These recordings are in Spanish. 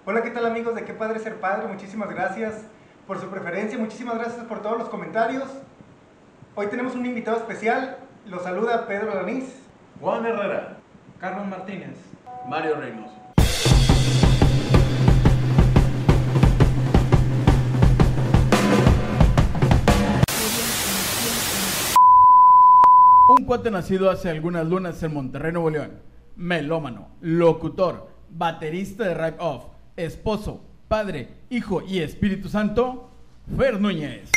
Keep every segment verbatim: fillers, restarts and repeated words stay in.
Hola, ¿qué tal amigos de Qué Padre Ser Padre? Muchísimas gracias por su preferencia, muchísimas gracias por todos los comentarios. Hoy tenemos un invitado especial, lo saluda Pedro Alanís, Juan Herrera, Carlos Martínez, Mario Reynoso. Un cuate nacido hace algunas lunas en Monterrey, Nuevo León, melómano, locutor, baterista de Rap Off, esposo, padre, hijo y Espíritu Santo, Fer Núñez.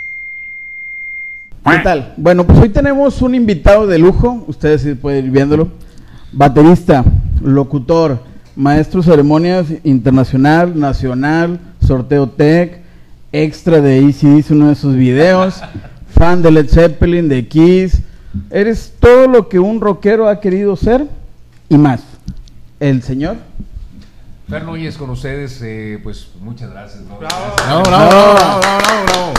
¿Qué tal? Bueno, pues hoy tenemos un invitado de lujo, ustedes sí pueden ir viéndolo, baterista, locutor, maestro de ceremonias internacional, nacional, sorteo tech, extra de A C D C, uno de sus videos, fan de Led Zeppelin, de Kiss. Eres todo lo que un rockero ha querido ser y más. El señor Fer Núñez con ustedes, eh, pues muchas gracias. ¿no? Bravo. Gracias. Bravo, bravo, bravo, bravo, bravo, bravo.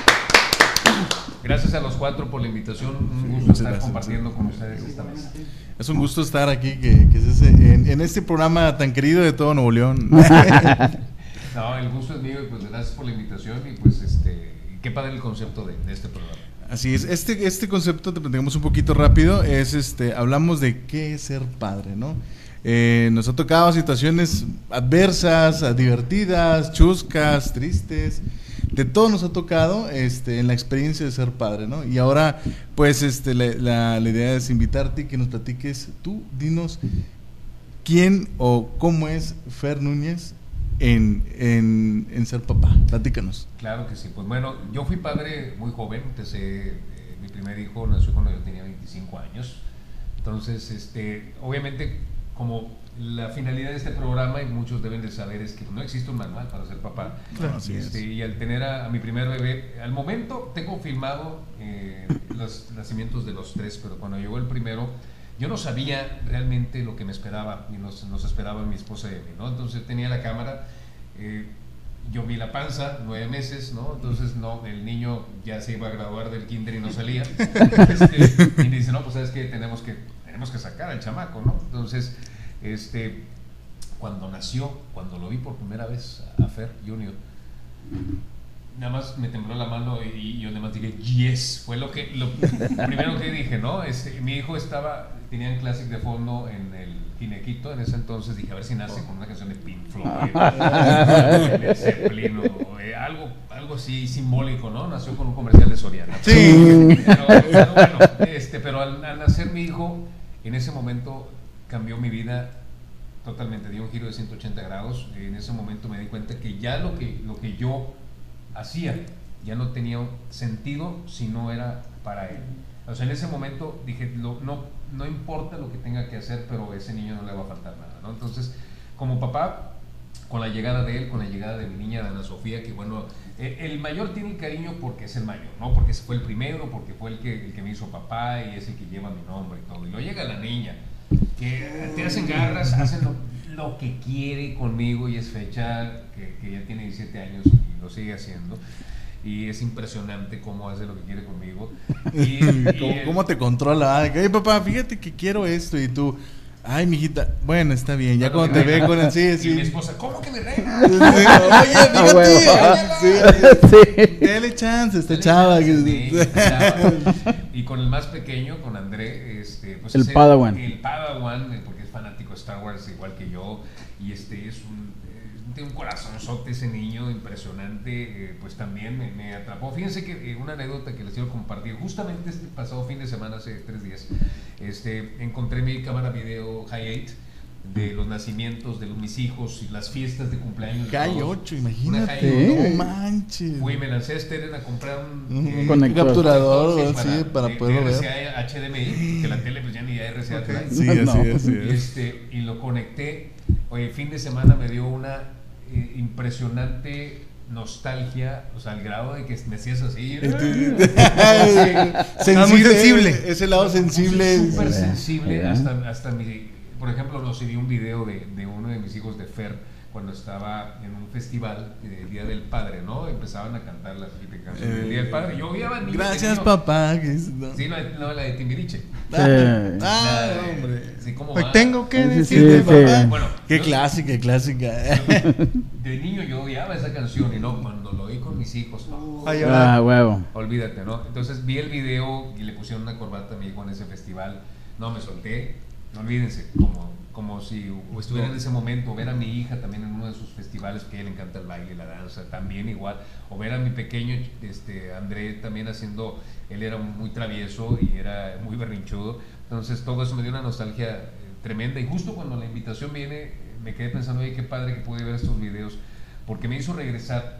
Gracias a los cuatro por la invitación. Un gusto Muchas estar gracias, compartiendo sí. con ustedes esta mesa. Es un gusto estar aquí, que, que es ese, en, en este programa tan querido de todo Nuevo León. No, el gusto es mío y pues gracias por la invitación y pues este, qué padre el concepto de, de este programa. Así es, este, este concepto, te platicamos un poquito rápido, es este, hablamos de qué es ser padre, ¿no? Eh, nos ha tocado situaciones adversas, divertidas, chuscas, tristes, de todo nos ha tocado este, en la experiencia de ser padre, ¿no? Y ahora, pues, este, la, la, la idea es invitarte y que nos platiques, tú, dinos quién o cómo es Fer Núñez en, en, en ser papá, platícanos. Claro que sí, pues bueno, yo fui padre muy joven, empecé, eh, mi primer hijo nació cuando yo tenía veinticinco años, entonces, este, obviamente, como la finalidad de este programa, y muchos deben de saber, es que no existe un manual para ser papá. Claro, así este, es. Y al tener a, a mi primer bebé, al momento tengo filmado eh, los nacimientos de los tres, pero cuando llegó el primero, yo no sabía realmente lo que me esperaba, y nos, nos esperaba mi esposa y a mí, ¿no? Entonces tenía la cámara, eh, yo vi la panza, nueve meses, ¿no? Entonces, no, el niño ya se iba a graduar del kinder y no salía. Este, y me dice, no, pues sabes que tenemos que, tenemos que sacar al chamaco, ¿no? Entonces, este, cuando nació, cuando lo vi por primera vez a Fer Junior, nada más me tembló la mano y, y yo nada más dije, yes, fue lo que, lo primero que dije, ¿no? Este, mi hijo estaba, tenían Classic de fondo en el Ginequito, en ese entonces dije, a ver si nace con una canción de Pink Floyd, de Zeppelin, o eh, algo, algo así simbólico, ¿no? Nació con un comercial de Soriana. Sí. Pero, pero bueno, este, pero al, al nacer mi hijo, en ese momento cambió mi vida totalmente, dio un giro de ciento ochenta grados. En ese momento me di cuenta que ya lo que, lo que yo hacía ya no tenía sentido si no era para él. O sea, en ese momento dije, lo, no, no importa lo que tenga que hacer, pero a ese niño no le va a faltar nada, ¿no? Entonces, como papá, con la llegada de él, con la llegada de mi niña, de Ana Sofía, que bueno, eh, el mayor tiene el cariño porque es el mayor, ¿no? Porque fue el primero, porque fue el que, el que me hizo papá y es el que lleva mi nombre y todo. Y luego llega la niña, que te hacen garras, hacen lo, lo que quiere conmigo y es fecha que, que ya tiene diecisiete años y lo sigue haciendo. Y es impresionante cómo hace lo que quiere conmigo. Y, y ¿Cómo, el, ¿Cómo te controla? Ay, papá, fíjate que quiero esto y tú, ay, mijita, bueno, está bien, ya cuando te ve con el sí, sí. Y mi esposa, ¿cómo que me reina? Oye, fíjate, huevo. sí, Sí. dale chance, esta chava. Sí, chava. Y con el más pequeño, con André, este, pues El ese- Padawan. El Padawan, eh, porque es fanático de Star Wars igual que yo, y este es un, eh, tiene un corazonzote ese niño, impresionante, eh, pues también me, me atrapó. Fíjense que eh, una anécdota que les quiero compartir, justamente este pasado fin de semana, hace tres días, este, encontré mi cámara video High eight de los nacimientos de los, mis hijos y las fiestas de cumpleaños. de Hay todos. ocho, Una imagínate. High ocho. No manches. Fui, me lancé a Steren a comprar un, Un eh, conector. capturador, para, sí, para de, poderlo de ver. R C A a H D M I, que la tele pues ya ni R C A trae. Sí, No. así es, así Y, es. este, y lo conecté. Oye, fin de semana me dio una eh, impresionante nostalgia, o sea, al grado de que me hacías así. Sensible, muy sensible. Ese lado sensible. Súper sensible. Ya. Hasta, hasta mi, por ejemplo, nos di un video de, de uno de mis hijos de Fer cuando estaba en un festival de Día del Padre, ¿no? Empezaban a cantar la típica canción del Día del Padre. Yo odiaba niños Gracias, pequeños. papá. Que es, no. Sí, no, no, la de Timbiriche. Ah, Sí. ah, La de- hombre. Sí, ¿cómo Hoy va? tengo que Sí, sí, decirte, sí, papá. sí. Bueno, Qué yo- clásica, qué clásica. De niño yo odiaba esa canción y no, cuando lo oí con mis hijos, no. Ay, ahora- Ah, huevo. Olvídate, ¿no? Entonces vi el video y le pusieron una corbata a mi hijo en ese festival. No, me solté. No olvídense, como, como si estuviera en ese momento, ver a mi hija también en uno de sus festivales, que a ella le encanta el baile y la danza, también igual. O ver a mi pequeño este, André también haciendo, él era muy travieso y era muy berrinchudo. Entonces todo eso me dio una nostalgia eh, tremenda. Y justo cuando la invitación viene, eh, me quedé pensando, oye, qué padre que pude ver estos videos, porque me hizo regresar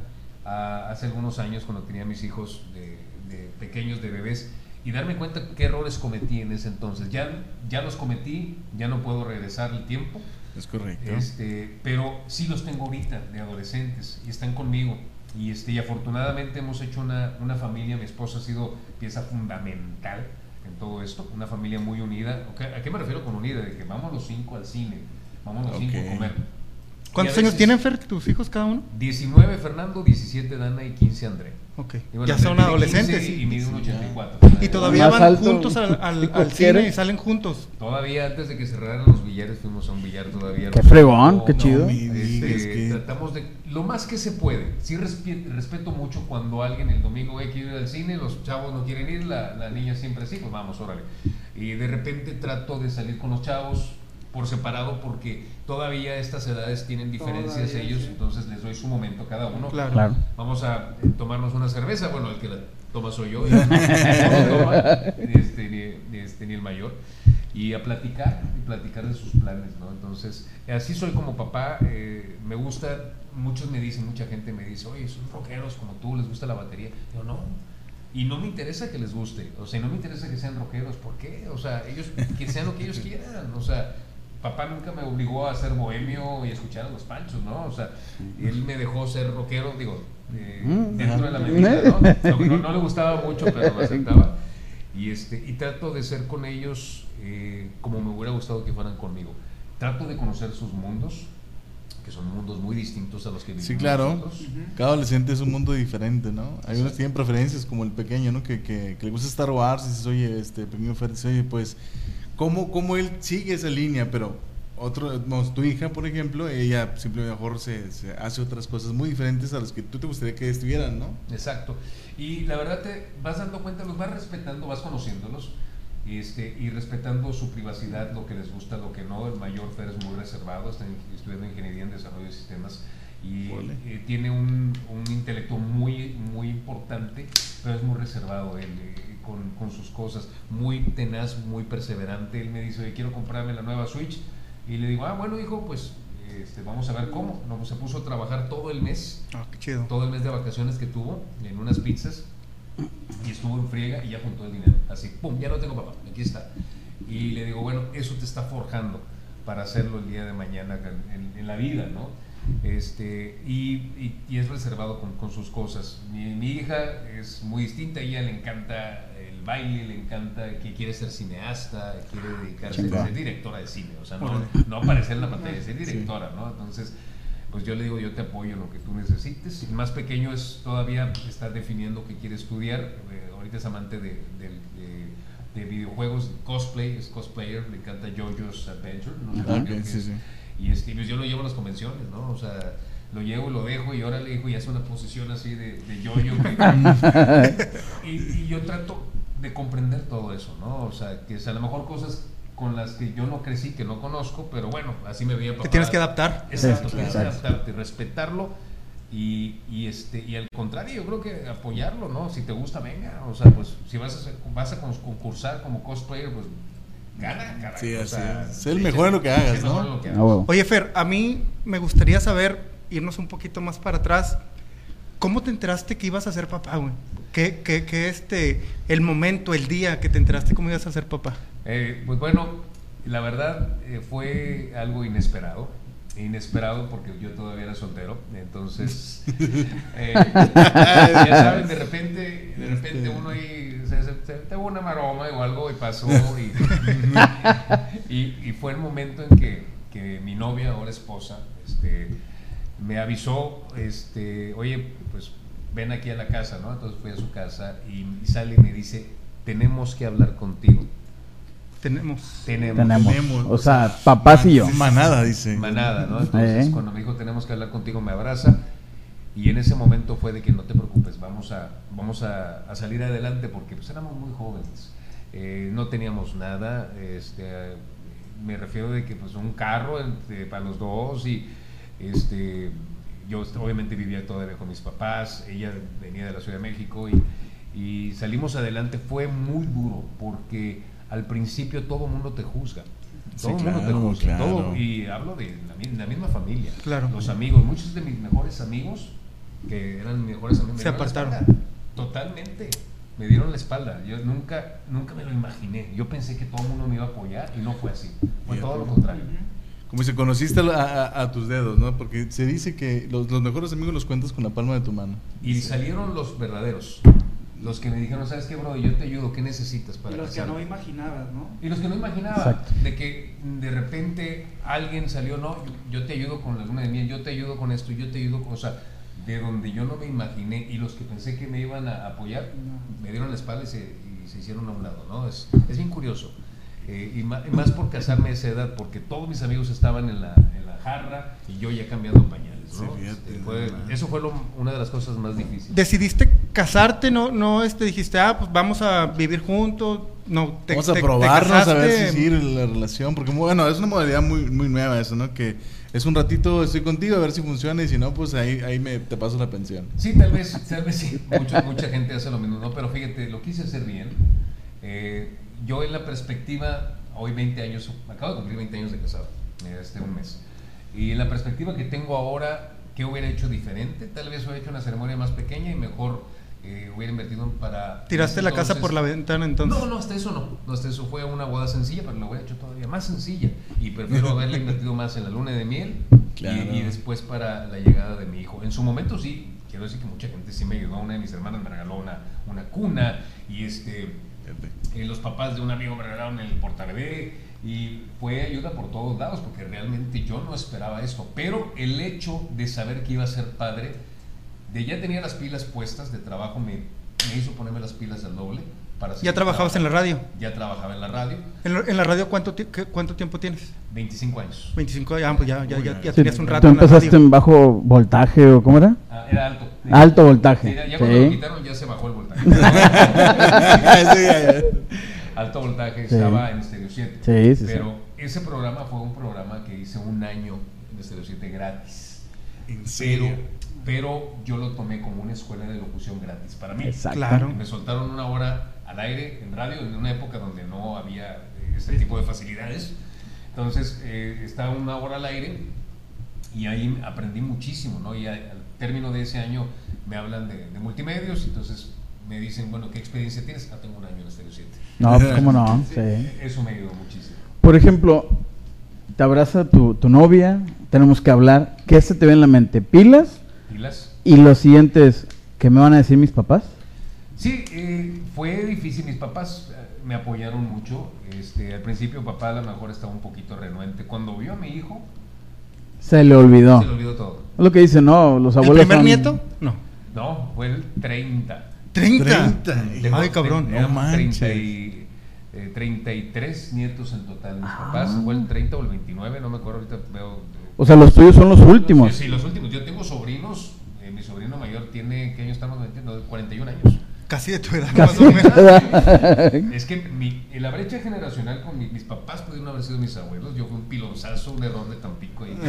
a hace algunos años cuando tenía mis hijos de, de pequeños, de bebés, y darme cuenta qué errores cometí en ese entonces. Ya, ya los cometí, ya no puedo regresar el tiempo, Es correcto. este, pero sí los tengo ahorita de adolescentes y están conmigo. Y, este, y afortunadamente hemos hecho una, una familia, mi esposa ha sido pieza fundamental en todo esto, una familia muy unida. Okay, ¿a qué me refiero con unida? De que vamos los cinco al cine, vamos los cinco Ok. a comer. ¿Cuántos Y a años veces- tienen, Fer, tus hijos cada uno? diecinueve Fernando, diecisiete Dana y quince André. Ok, Y bueno, ya André son tiene adolescentes. quince y mide uno ochenta y cuatro. Y todavía Más van alto. juntos al, al, ¿Y al quiere? cine y salen juntos. Todavía antes de que cerraran los billares fuimos a un billar todavía. Qué Nos fregón, tocó, qué chido. me digas Este, que- Tratamos de lo más que se puede. Sí respe- respeto mucho cuando alguien el domingo hay que ir al cine, los chavos no quieren ir, la, la niña siempre sí, pues vamos, órale. Y de repente trato de salir con los chavos por separado porque todavía estas edades tienen diferencias Todavía, ellos, sí. entonces les doy su momento a cada uno. Claro. Claro. Vamos a eh, tomarnos una cerveza, bueno, el que la toma soy yo, y no lo toma, este, ni, este, ni el mayor, y a platicar, y platicar de sus planes, ¿no? Entonces, así soy como papá, eh, me gusta, muchos me dicen, mucha gente me dice, oye, son rockeros como tú, les gusta la batería, yo no, y no me interesa que les guste, o sea, no me interesa que sean rockeros, ¿por qué? O sea, ellos, que sean lo que ellos quieran, o sea, papá nunca me obligó a ser bohemio y escuchar a los Panchos, ¿no? O sea, él me dejó ser rockero, digo, eh, Mm, dentro de la ajá. medida, ¿no? No, no- no le gustaba mucho, pero lo aceptaba. Y, este, y trato de ser con ellos eh, como me hubiera gustado que fueran conmigo. Trato de conocer sus mundos, que son mundos muy distintos a los que vivimos Sí, claro. nosotros. Cada adolescente es un mundo diferente, ¿no? Hay unos que tienen preferencias, como el pequeño, ¿no? Que, que, que le gusta Star Wars y dices, oye, este, pequeño Fer, dice, oye, pues, ¿cómo, ¿cómo él sigue esa línea? Pero otro, vamos, tu hija, por ejemplo, ella simplemente mejor se, se hace otras cosas muy diferentes a las que tú te gustaría que estuvieran, ¿no? Exacto. Y la verdad te vas dando cuenta, los vas respetando, vas conociéndolos, este, y respetando su privacidad, lo que les gusta, lo que no. El mayor Fer es muy reservado, está en- estudiando ingeniería en desarrollo de sistemas y Ole. eh, tiene un, un intelecto muy, muy importante, pero es muy reservado él, eh, con, con sus cosas, muy tenaz, muy perseverante. Él me dice, oye, quiero comprarme la nueva Switch, y le digo, ah, bueno, hijo, pues este, vamos a ver cómo. No, pues, se puso a trabajar todo el mes, Ah, qué chido. todo el mes de vacaciones que tuvo en unas pizzas, y estuvo en friega y ya juntó el dinero, así, pum, ya no tengo papá, aquí está. Y le digo, bueno, eso te está forjando para hacerlo el día de mañana en, en- en la vida, ¿no? Este, y, y, y es reservado con, con sus cosas. Mi, mi hija es muy distinta, a ella le encanta el baile, le encanta, que quiere ser cineasta, quiere dedicarse Chingón. a ser directora de cine, o sea, no, Órale. no aparecer en la pantalla, ser directora, ¿no? Entonces, pues yo le digo, yo te apoyo en lo que tú necesites. El más pequeño es todavía está definiendo qué quiere estudiar. Eh, ahorita es amante de, de, de, de videojuegos, cosplay, es cosplayer, le encanta JoJo's Adventure. No sé Ah, por ok, qué, que sí, es- sí. Y este, pues yo lo llevo a las convenciones, ¿no? O sea, lo llevo, lo dejo y ahora le digo, y hace una posición así de, de yo-yo. y, y yo trato de comprender todo eso, ¿no? O sea, que es a lo mejor cosas con las que yo no crecí, que no conozco, pero bueno, así me veía papá. Te tienes que adaptar. Exacto, Sí, tienes que exacto. adaptarte, respetarlo y, y este y al contrario, yo creo que apoyarlo, ¿no? Si te gusta, venga, o sea, pues si vas a hacer- vas a cons- concursar como cosplayer, pues gana, carajo. Sí, o así sea, es. Sé el sí, mejor en lo que hagas, sé el mejor ¿no? en lo que Ah, hagas. huevo. Oye, Fer, a mí me gustaría saber, irnos un poquito más para atrás, ¿cómo te enteraste que ibas a ser papá, güey? ¿Qué, qué, qué este, el momento, el día que te enteraste cómo ibas a ser papá? Eh, pues bueno, la verdad eh, fue algo inesperado. Inesperado porque yo todavía era soltero, entonces eh, ya saben, de repente, de repente uno ahí se, se, se tuvo una maroma o algo y pasó y, y, y fue el momento en que, que mi novia, ahora esposa, este, me avisó, este, oye, pues ven aquí a la casa, ¿no? Entonces fui a su casa y, y sale y me dice, tenemos que hablar contigo. Tenemos. Tenemos. Tenemos. Tenemos. O sea, papás y yo. Manada, dice. Manada, ¿no? Entonces Eh. cuando me dijo, tenemos que hablar contigo, me abraza. Y en ese momento fue de que no te preocupes, vamos a, vamos a, a salir adelante porque pues éramos muy jóvenes. Eh, no teníamos nada, este, me refiero de que pues un carro entre, para los dos y este, yo obviamente vivía todavía con mis papás, ella venía de la Ciudad de México y, y salimos adelante. Fue muy duro porque al principio todo el mundo te juzga. Todo el Sí, mundo te claro, juzga, claro. todo, y hablo de la, mi- la misma familia, Claro. los amigos, muchos de mis mejores amigos, que eran mis mejores amigos, me Se dieron la apartaron. espalda. Totalmente, me dieron la espalda. Yo nunca, nunca me lo imaginé. Yo pensé que todo el mundo me iba a apoyar y no fue así. Fue Fíjate. todo lo contrario. Como si conociste a, a- a tus dedos, ¿no? Porque se dice que los, los mejores amigos los cuentas con la palma de tu mano. Y salieron los verdaderos, los que me dijeron, ¿sabes qué, bro? Yo te ayudo, ¿qué necesitas para Y los que salga?". no imaginabas, ¿no? Y los que no imaginaba, Exacto. de que de repente alguien salió, no, yo, yo te ayudo con la luna de miel, yo te ayudo con esto, yo te ayudo con, o sea, de donde yo no me imaginé, y los que pensé que me iban a apoyar, No. me dieron la espalda y se, y se hicieron a un lado, ¿no? Es, es bien curioso. Eh, y, ma- y más por casarme a esa edad, porque todos mis amigos estaban en la, en la jarra y yo ya cambiando pañales, ¿no? Sí, fíjate, Este, fue- nada más. eso fue lo- una de las cosas más difíciles. ¿Decidiste casarte? ¿No, no este, dijiste, ah, pues vamos a vivir juntos? No, te, Vamos a te- te probarnos a ver casaste. si sigue la relación, porque bueno, es una modalidad muy muy nueva eso, ¿no? Que es un ratito estoy contigo a ver si funciona y si no, pues ahí ahí me te paso la pensión. Sí, tal vez, tal vez sí. Mucho- mucha gente hace lo mismo, ¿no? Pero fíjate, lo quise hacer bien. Eh, yo en la perspectiva, hoy veinte años, acabo de cumplir veinte años de casado, eh, este un mes. Y en la perspectiva que tengo ahora, ¿qué hubiera hecho diferente? Tal vez hubiera hecho una ceremonia más pequeña y mejor eh, hubiera invertido para... ¿Tiraste la casa entonces- por la ventana entonces? No, no, hasta eso no. No, hasta eso fue una boda sencilla, pero la hubiera hecho todavía más sencilla. Y prefiero haberle invertido más en la luna de miel y- Claro. y, después para la llegada de mi hijo. En su momento sí, quiero decir que mucha gente sí me ayudó. Una de mis hermanas me regaló una, una cuna y este, eh, los papás de un amigo me regalaron el portabebé y fue ayuda por todos lados porque realmente yo no esperaba esto. Pero el hecho de saber que iba a ser padre, de ya tenía las pilas puestas de trabajo, me, me hizo ponerme las pilas al doble. Para ¿Ya seguir trabajabas en la radio? Ya trabajaba en la radio, ¿En la, en la radio cuánto, ti- qué- cuánto tiempo tienes? veinticinco años. veinticinco años, ah, pues ya, ya, ya, ya Sí, tenías un ¿tú rato en la empezaste radio. en bajo voltaje o cómo era? Ah, era alto. Alto voltaje. Sí, ya ya cuando Sí. lo quitaron ya se bajó el voltaje. Sí, ya, ya. Alto voltaje Sí. estaba en Stereo siete. Sí, sí, sí. Pero ese programa fue un programa que hice un año en Stereo siete gratis. ¿En Pero, serio? pero yo lo tomé como una escuela de locución gratis para mí. Exacto. Claro. Me soltaron una hora al aire en radio en una época donde no había eh, este tipo de facilidades. Entonces eh, estaba una hora al aire y ahí aprendí muchísimo, ¿no? Y a- al término de ese año me hablan de, de multimedios, entonces me dicen, bueno, ¿qué experiencia tienes? Ah, tengo un año en Stereo siete. No, pues cómo no. Sí. Eso me ayudó muchísimo. Por ejemplo, te abraza tu, tu novia, tenemos que hablar. ¿Qué se te ve en la mente? ¿Pilas? ¿Pilas? Y lo siguiente es, ¿qué me van a decir mis papás? Sí, eh, fue difícil. Mis papás eh, me apoyaron mucho. Este, al principio papá a lo mejor estaba un poquito renuente. Cuando vio a mi hijo, Se le olvidó. se le olvidó todo. Es lo que dicen, no, los ¿El abuelos primer son- nieto? No. No, fue el treinta. ¿treinta? treinta. Ay, cabrón. No Éramos manches. treinta y, eh, treinta y tres nietos en total. Mis Ah. papás, fue el treinta o el veintinueve, no me acuerdo, ahorita veo. O sea, los tuyos son los últimos. Sí, sí, los últimos. Yo tengo sobrinos. Eh, mi sobrino mayor tiene, ¿qué año estamos metiendo? cuarenta y un años. Casi de tu edad, Casi. más o menos. Es que mi, en la brecha generacional con mi- mis papás pudieron haber sido mis abuelos. Yo fui un pilonzazo, un error de Tampico. Ahí.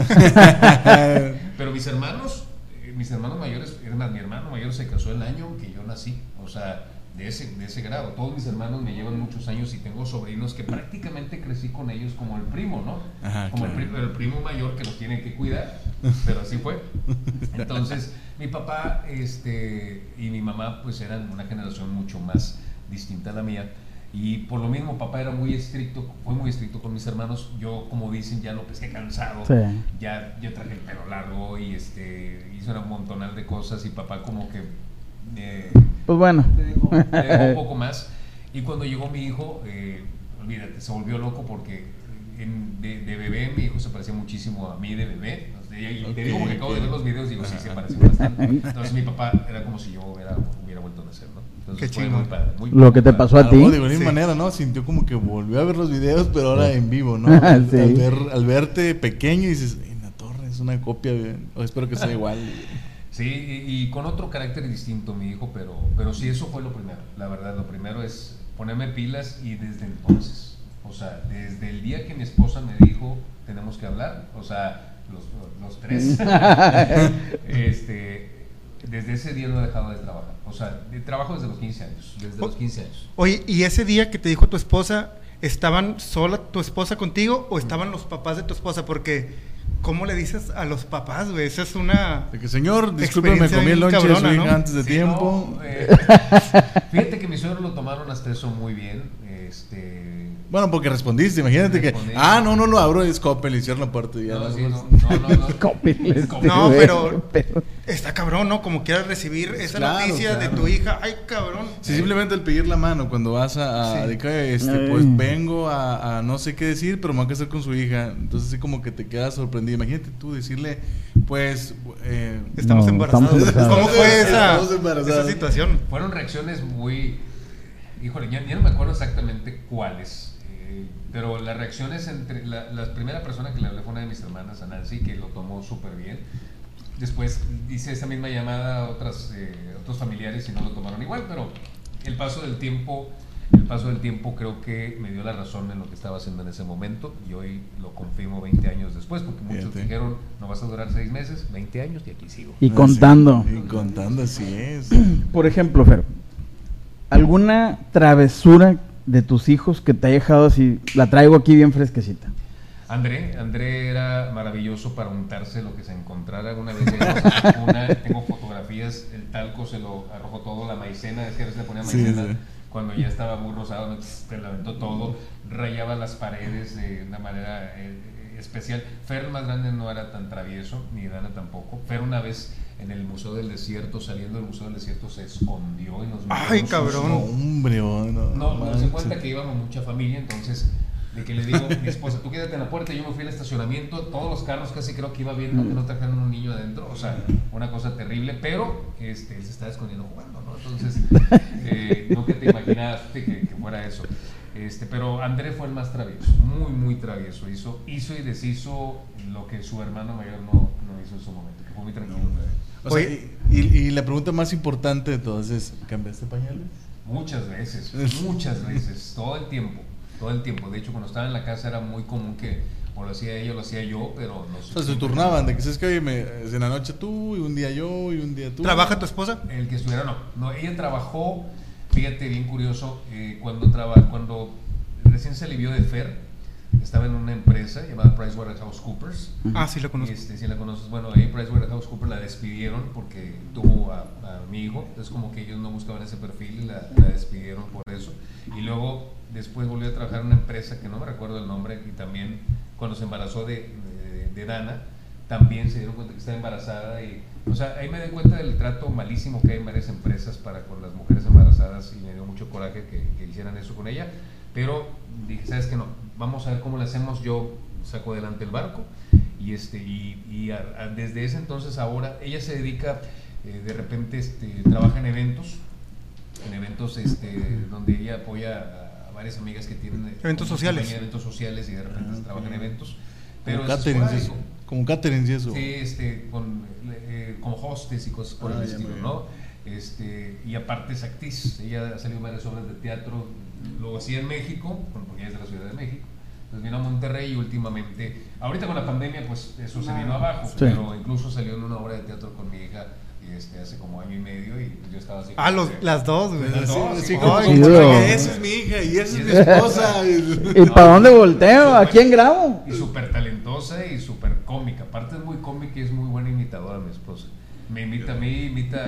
Pero mis hermanos, eh, mis hermanos mayores, es más, mi hermano mayor se casó el año que yo nací. O sea, de ese, de ese grado. Todos mis hermanos me llevan muchos años y tengo sobrinos que prácticamente crecí con ellos como el primo, ¿no? Ajá, como claro. el, pri- el primo mayor que los tiene que cuidar. Pero así fue. Entonces, mi papá este, y mi mamá pues eran una generación mucho más distinta a la mía. Y por lo mismo papá era muy estricto, fue muy estricto con mis hermanos. Yo, como dicen, ya lo pesqué cansado. Sí. Ya, ya traje el pelo largo y este, hice un montonal de cosas y papá como que eh, Pues bueno. Te dejo. me dejó un poco más. Y cuando llegó mi hijo, eh, olvídate, se volvió loco porque en- de, de bebé mi hijo se parecía muchísimo a mí de bebé. De Y, y Ok, te digo porque acabo ok. de ver los videos y digo, sí, se Ajá. parecen bastante. Entonces mi papá era como si yo hubiera, hubiera vuelto a nacer, ¿no? Entonces Qué fue chingón. muy padre. Muy, Lo que te muy pasó padre. a ti. Algo de alguna Sí. manera, ¿no? Sintió como que volvió a ver los videos, pero ahora en vivo, ¿no? Sí. Al, al ver, al verte pequeño y dices, en la torre es una copia, de- o espero que sea igual. Sí, y, y con otro carácter distinto mi hijo, pero, pero sí, eso fue lo primero. La verdad, lo primero es ponerme pilas y desde entonces, o sea, desde el día que mi esposa me dijo, tenemos que hablar, o sea, los, los tres, este, desde ese día no he dejado de trabajar. O sea, de trabajo desde los quince años, desde los quince años. Oye, ¿y ese día que te dijo tu esposa, estaban sola tu esposa contigo o estaban los papás de tu esposa? Porque, ¿cómo le dices a los papás, güey? Esa es una... De que, señor, disculpe, me Experiencia comí el bien lonche de su cabrona, hija ¿no? antes de Sí, tiempo. no, eh, fíjate que mis suegros lo tomaron hasta eso muy bien. Este, Bueno, porque respondiste, imagínate que, Respondí. ah, no, no lo abro, es Coppel, y cierra la puerta y ya. no, no, sí, pues, no, no, no, no. Cópiale, Es este No, güey, pero- qué pedo. Está cabrón, ¿no? Como quieras recibir esa Claro, noticia de claro. tu hija. Ay, cabrón. Si simplemente el pedir la mano cuando vas a, a Sí. de que, este, Ay. pues vengo a, a no sé qué decir, pero me voy a casar con su hija. Entonces así como que te quedas sorprendido. Imagínate tú decirle, pues, eh, Estamos No, embarazados. estamos embarazados. ¿Cómo fue esa, Estamos embarazados. esa situación? Fueron reacciones muy, híjole, ya, ya no me acuerdo exactamente cuáles, eh, pero las reacciones entre, la, la primera persona que le hablé fue una de mis hermanas, a Nancy, que lo tomó súper bien. Después hice esa misma llamada a otras, eh, otros familiares y no lo tomaron igual, pero el paso del tiempo, el paso del tiempo creo que me dio la razón en lo que estaba haciendo en ese momento y hoy lo confirmo veinte años después, porque muchos Fíjate. dijeron, no vas a durar seis meses, veinte años y aquí sigo. Y ah, contando. sí, y contando, así es. Por ejemplo, Fer, ¿alguna travesura de tus hijos que te haya dejado así? La traigo aquí bien fresquecita. André, André era maravilloso para untarse lo que se encontrara. Una vez llegamos a su cuna, tengo fotografías, el talco se lo arrojó todo, la maicena, es que a veces le ponía Sí, maicena sí. cuando ya estaba muy rosado, te lo aventó todo, rayaba las paredes de una manera eh, especial. Fer, el más grande, no era tan travieso, ni Dana tampoco. Fer una vez en el Museo del Desierto, saliendo del Museo del Desierto, se escondió y nos miró Ay, con sus- cabrón. No, hombre, oh, no, no, nos manches. se cuenta que íbamos mucha familia, entonces de que le digo a mi esposa, tú quédate en la puerta, yo me fui al estacionamiento, todos los carros casi creo que iba viendo que no trajeron un niño adentro, o sea, una cosa terrible, pero este, él se estaba escondiendo jugando, ¿no? Entonces, eh, nunca te imaginaste que, que fuera eso. Este, pero André fue el más travieso, muy, muy travieso, hizo, hizo y deshizo lo que su hermano mayor no, no hizo en su momento, que fue muy tranquilo. O sea, Oye. y, y- y la pregunta más importante de todas es, ¿cambiaste pañales? Muchas veces, muchas veces, todo el tiempo, todo el tiempo. De hecho, cuando estaba en la casa era muy común que o lo hacía ella o lo hacía yo, pero no sé. O sea, se turnaban, de que sabes que oye, me, en la noche tú, y un día yo, y un día tú. ¿Trabaja tu esposa? El que estuviera, no. No, ella trabajó, fíjate, bien curioso, eh, cuando, traba, cuando recién se alivió de Fer, estaba en una empresa llamada PricewaterhouseCoopers. Ah, sí, lo conozco. Este, si la conoces, bueno, ahí PricewaterhouseCoopers la despidieron porque tuvo a, a mi hijo, entonces como que ellos no buscaban ese perfil y la, la despidieron por eso. Y luego después volvió a trabajar en una empresa que no me recuerdo el nombre y también cuando se embarazó de, de, de Dana, también se dieron cuenta que estaba embarazada y, o sea, ahí me di cuenta del trato malísimo que hay en varias empresas para con las mujeres embarazadas y me dio mucho coraje que, que hicieran eso con ella, pero dije, ¿sabes qué? No, vamos a ver cómo le hacemos, yo saco adelante el barco y, este, y, y a, a, desde ese entonces ahora, ella se dedica, eh, de repente este, trabaja en eventos, en eventos este, donde ella apoya a, a varias amigas que tienen Eventos sociales. eventos sociales y de repente Ah, trabaja en ok. eventos. Como Pero es caterings, esporádico. eso. Como caterings y eso. Sí, este, con, eh, con hostes y cosas por Ah, el ya, estilo, muy ¿no? Este, y aparte es actriz, ella ha salido en varias obras de teatro, lo hacía en México, porque ella es de la Ciudad de México, entonces vino a Monterrey y últimamente, ahorita con la pandemia pues eso se vino abajo, Sí. pero incluso salió en una obra de teatro con mi hija este, hace como año y medio y yo estaba así. Ah, como los, que- las dos, güey. Las dos, Así sí, como, Ay, como chido. que esa es mi hija y esa es mi Y esa- esposa. ¿Y para dónde volteo? ¿A quién grabo? Y súper talentosa y súper cómica. Aparte es muy cómica y es muy buena imitadora mi esposa. Me imita a mí, imita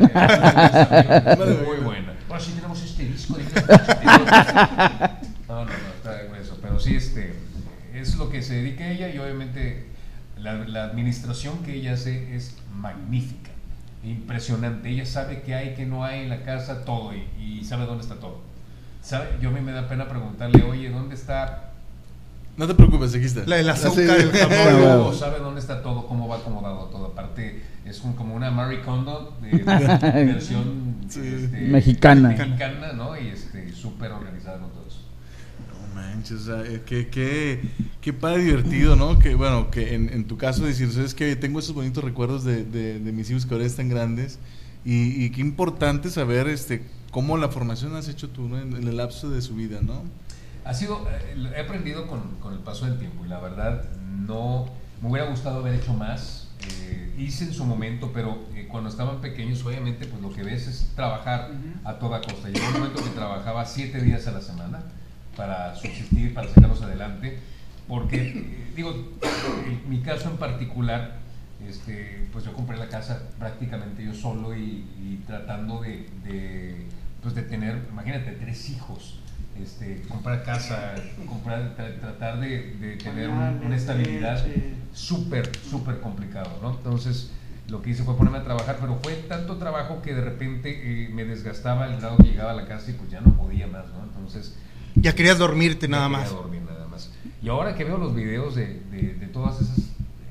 a es muy buena. Ahora sí tenemos este disco. de- No, no, no, está grueso. Pero sí, este, es lo que se dedica a ella y obviamente la, la administración que ella hace es magnífica, impresionante. Ella sabe qué hay, qué no hay en la casa, todo y, y sabe dónde está todo. ¿Sabe? Yo a mí me da pena preguntarle, oye, ¿dónde está No te preocupes, aquí está. La del Ah, azúcar, sí. el jamón. Ah, Luego bueno. sabe dónde está todo, cómo va acomodado todo. Aparte, es un- como una Marie Kondo de, de versión Sí. este, Mexicana. mexicana, ¿no? Y este, súper organizada con todo eso. No manches, o sea, eh, qué, qué, qué padre divertido, ¿no? Que bueno, que en, en tu caso decir, ¿sabes qué? Tengo esos bonitos recuerdos de, de, de mis hijos que ahora están grandes y, y qué importante saber este cómo la formación has hecho tú, ¿no? En, en el lapso de su vida, ¿no? Ha sido, eh, he aprendido con, con el paso del tiempo y la verdad no me hubiera gustado haber hecho más. Eh, hice en su momento, pero eh, cuando estaban pequeños, obviamente, pues lo que ves es trabajar a toda costa. Llegó un momento que trabajaba siete días a la semana para subsistir, para sacarlos adelante, porque, eh, digo, en mi caso en particular, este, pues yo compré la casa prácticamente yo solo y, y tratando de, de, pues de tener, imagínate, tres hijos. Este, comprar casa, comprar, tra- tratar de, de tener un- una estabilidad súper, súper complicado, ¿no? Entonces, lo que hice fue ponerme a trabajar, pero fue tanto trabajo que de repente eh, me desgastaba el grado que llegaba a la casa y pues ya no podía más, ¿no? Entonces, Ya querías dormirte ya nada quería más. dormir nada más. Y ahora que veo los videos de, de, de todas esas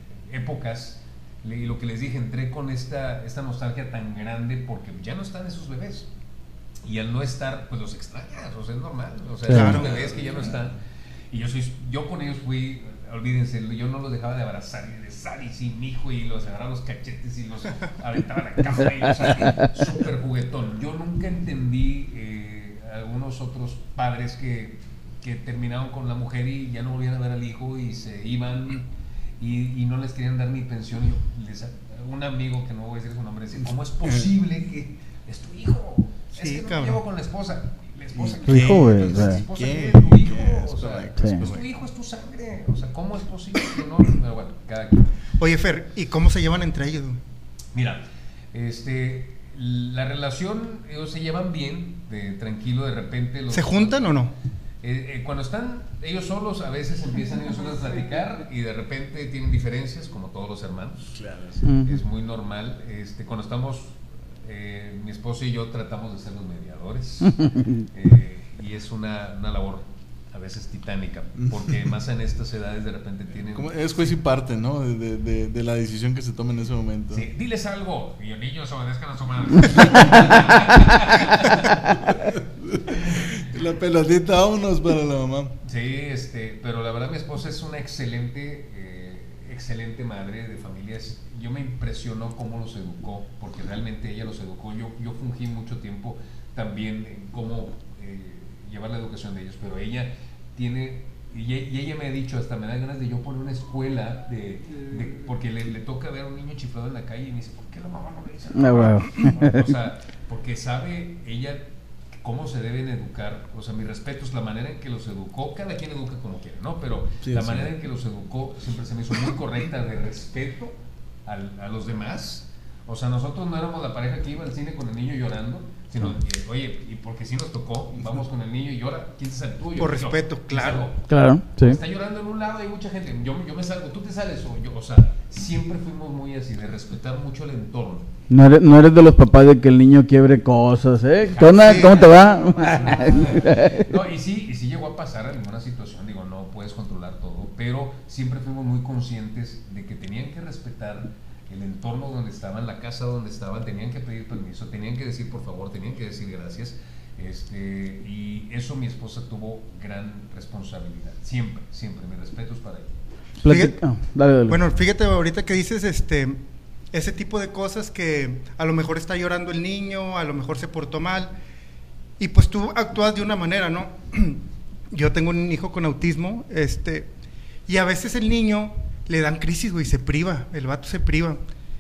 épocas, le- y lo que les dije, entré con esta, esta nostalgia tan grande porque ya no están esos bebés. Y al no estar, pues los extrañas, o sea, es normal. O sea, Claro. esos bebés que ya no están. Y yo soy, yo con ellos fui, olvídense, yo no los dejaba de abrazar y de besar y sí, mi hijo, y los agarraba los cachetes y los aventaba a la cama y los sacaba, súper juguetón. Yo nunca entendí eh, algunos otros padres que, que terminaron con la mujer y ya no volvían a ver al hijo y se iban y, y no les querían dar ni pensión. Y les, un amigo, que no voy a decir su nombre, decía, ¿cómo es posible que es tu hijo? Sí, Es que no cabrón. me llevo con la esposa. La esposa Tu hijo, güey, o ¿La sea. esposa ¿Qué? qué? Es tu hijo. ¿Qué? O sea, Correcto, Sí. es tu hijo, es tu sangre. O sea, ¿cómo es posible que no? Pero bueno, cada quien. Oye, Fer, ¿y cómo se llevan entre ellos? güey? Mira, este, la relación, ellos se llevan bien, de, tranquilo, de repente. Los, ¿Se juntan o no? Eh, eh, cuando están ellos solos, a veces empiezan ellos solos a platicar y de repente tienen diferencias, como todos los hermanos. Claro. Ujú. Es muy normal. Este, cuando estamos, eh, mi esposo y yo tratamos de ser los mediadores. eh, y es una, una labor a veces titánica, porque más en estas edades de repente tienen... Como es juez y parte, ¿no? De, de, de, de la decisión que se toma en ese momento. Sí, diles algo. Y los niños obedezcan a su madre. La pelotita, vámonos para la mamá. Sí, este, pero la verdad mi esposa es una excelente, eh, excelente madre de familias. Yo me impresionó cómo los educó, porque realmente ella los educó. Yo, yo fungí mucho tiempo también en cómo eh, llevar la educación de ellos, pero ella tiene, y, e- y ella me ha dicho, hasta me da ganas de yo poner una escuela, de, de- porque le, le toca ver a un niño chiflado en la calle y me dice, ¿por qué la mamá no le dice nada? Ah, bueno. O sea, porque sabe ella cómo se deben educar. O sea, mi respeto es la manera en que los educó. Cada quien educa como quiere, ¿no? Pero Sí, la sí. manera en que los educó siempre se me hizo muy correcta, de respeto al, a los demás. O sea, nosotros no éramos la pareja que iba al cine con el niño llorando, sino, eh, oye, y porque si nos tocó, vamos con el niño y llora, ¿quién se sale? Tú, yo, Por yo. respeto, ¿Quién claro. salgo? Claro, sí. Está llorando en un lado, hay mucha gente, yo, yo me salgo, tú te sales, o yo, o sea, siempre fuimos muy así, de respetar mucho el entorno. No eres, no eres de los papás de que el niño quiebre cosas, ¿eh? ¿Qué onda? Sí. ¿Cómo te va? No, y sí, y sí llegó a pasar alguna situación, digo, no puedes controlar todo, pero siempre fuimos muy conscientes de que tenían que respetar el entorno donde estaban, la casa donde estaban, tenían que pedir permiso, tenían que decir por favor, tenían que decir gracias, este, y eso mi esposa tuvo gran responsabilidad, siempre, siempre, mi respeto es para ella. Platica- ah, dale, dale. Bueno, fíjate ahorita que dices este ese tipo de cosas que a lo mejor está llorando el niño, a lo mejor se portó mal y pues tú actúas de una manera, ¿no? Yo tengo un hijo con autismo, este, y a veces el niño le dan crisis, güey, se priva, el vato se priva.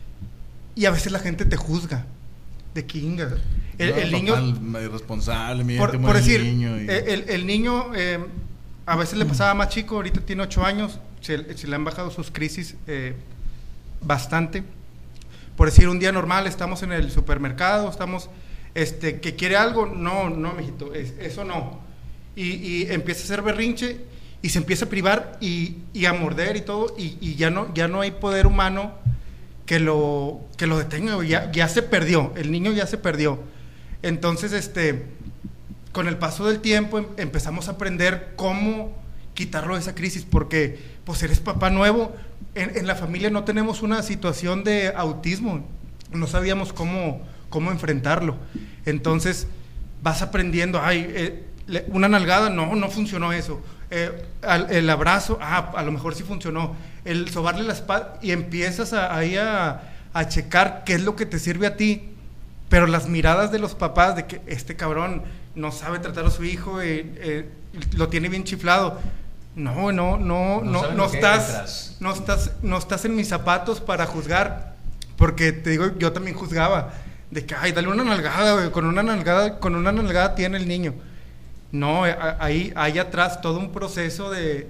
Y a veces la gente te juzga de que inga. El, No, el niño papá, irresponsable, mira, por, te por muere el decir, niño y- eh, el, el niño eh, a veces le pasaba más chico, ahorita tiene ocho años, se, se le han bajado sus crisis eh, bastante. Por decir, un día normal, estamos en el supermercado, estamos, este, que quiere algo, no, no, mijito, es, eso no. Y, y empieza a hacer berrinche y se empieza a privar y, y a morder y todo, y, y ya no, ya no hay poder humano que lo, que lo detenga, güey, ya, ya se perdió, el niño ya se perdió. Entonces, este, con el paso del tiempo em- empezamos a aprender cómo, quitarlo de esa crisis, porque pues eres papá nuevo, en, en la familia no tenemos una situación de autismo, no sabíamos cómo, cómo enfrentarlo, entonces vas aprendiendo, ay, eh, le, una nalgada, no, no funcionó eso, eh, al, el abrazo, ah, a lo mejor sí funcionó, el sobarle la espalda, y empiezas a, ahí a, a checar qué es lo que te sirve a ti, pero las miradas de los papás de que este cabrón no sabe tratar a su hijo, eh, eh, lo tiene bien chiflado, no, no, no, no, no, no estás, no estás, no estás en mis zapatos para juzgar, porque te digo, yo también juzgaba, de que, ay, dale una nalgada, güey, con una nalgada, con una nalgada tiene el niño. No, ahí hay atrás todo un proceso de,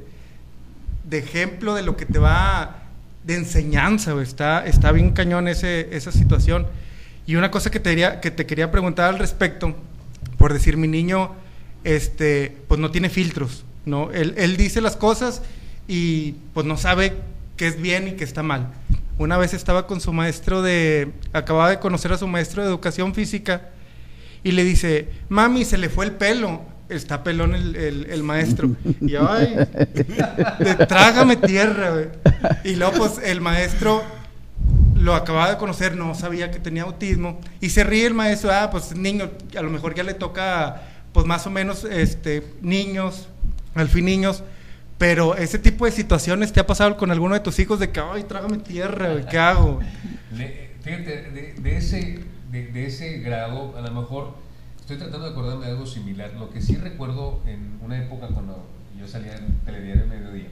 de ejemplo de lo que te va, de enseñanza, güey. Está, está bien cañón ese, esa situación. Y una cosa que te, diría, que te quería preguntar al respecto, por decir, mi niño, este, pues no tiene filtros, ¿no? Él, él dice las cosas y pues no sabe qué es bien y qué está mal. Una vez estaba con su maestro de, acababa de conocer a su maestro de educación física y le dice, mami, se le fue el pelo. Está pelón el, el, el maestro. Y yo, ay, de, trágame tierra, güey. Y luego, pues, el maestro lo acababa de conocer, no sabía que tenía autismo. Y se ríe el maestro, ah, pues, niño, a lo mejor ya le toca, pues, más o menos, este, niños, al fin niños. Pero ese tipo de situaciones, ¿te ha pasado con alguno de tus hijos de que, ay, trágame tierra, güey, ¿qué hago? Le, fíjate, de, de, ese, de, de ese grado, a lo mejor, estoy tratando de acordarme de algo similar. Lo que sí recuerdo en una época cuando yo salía en Telediario Mediodía,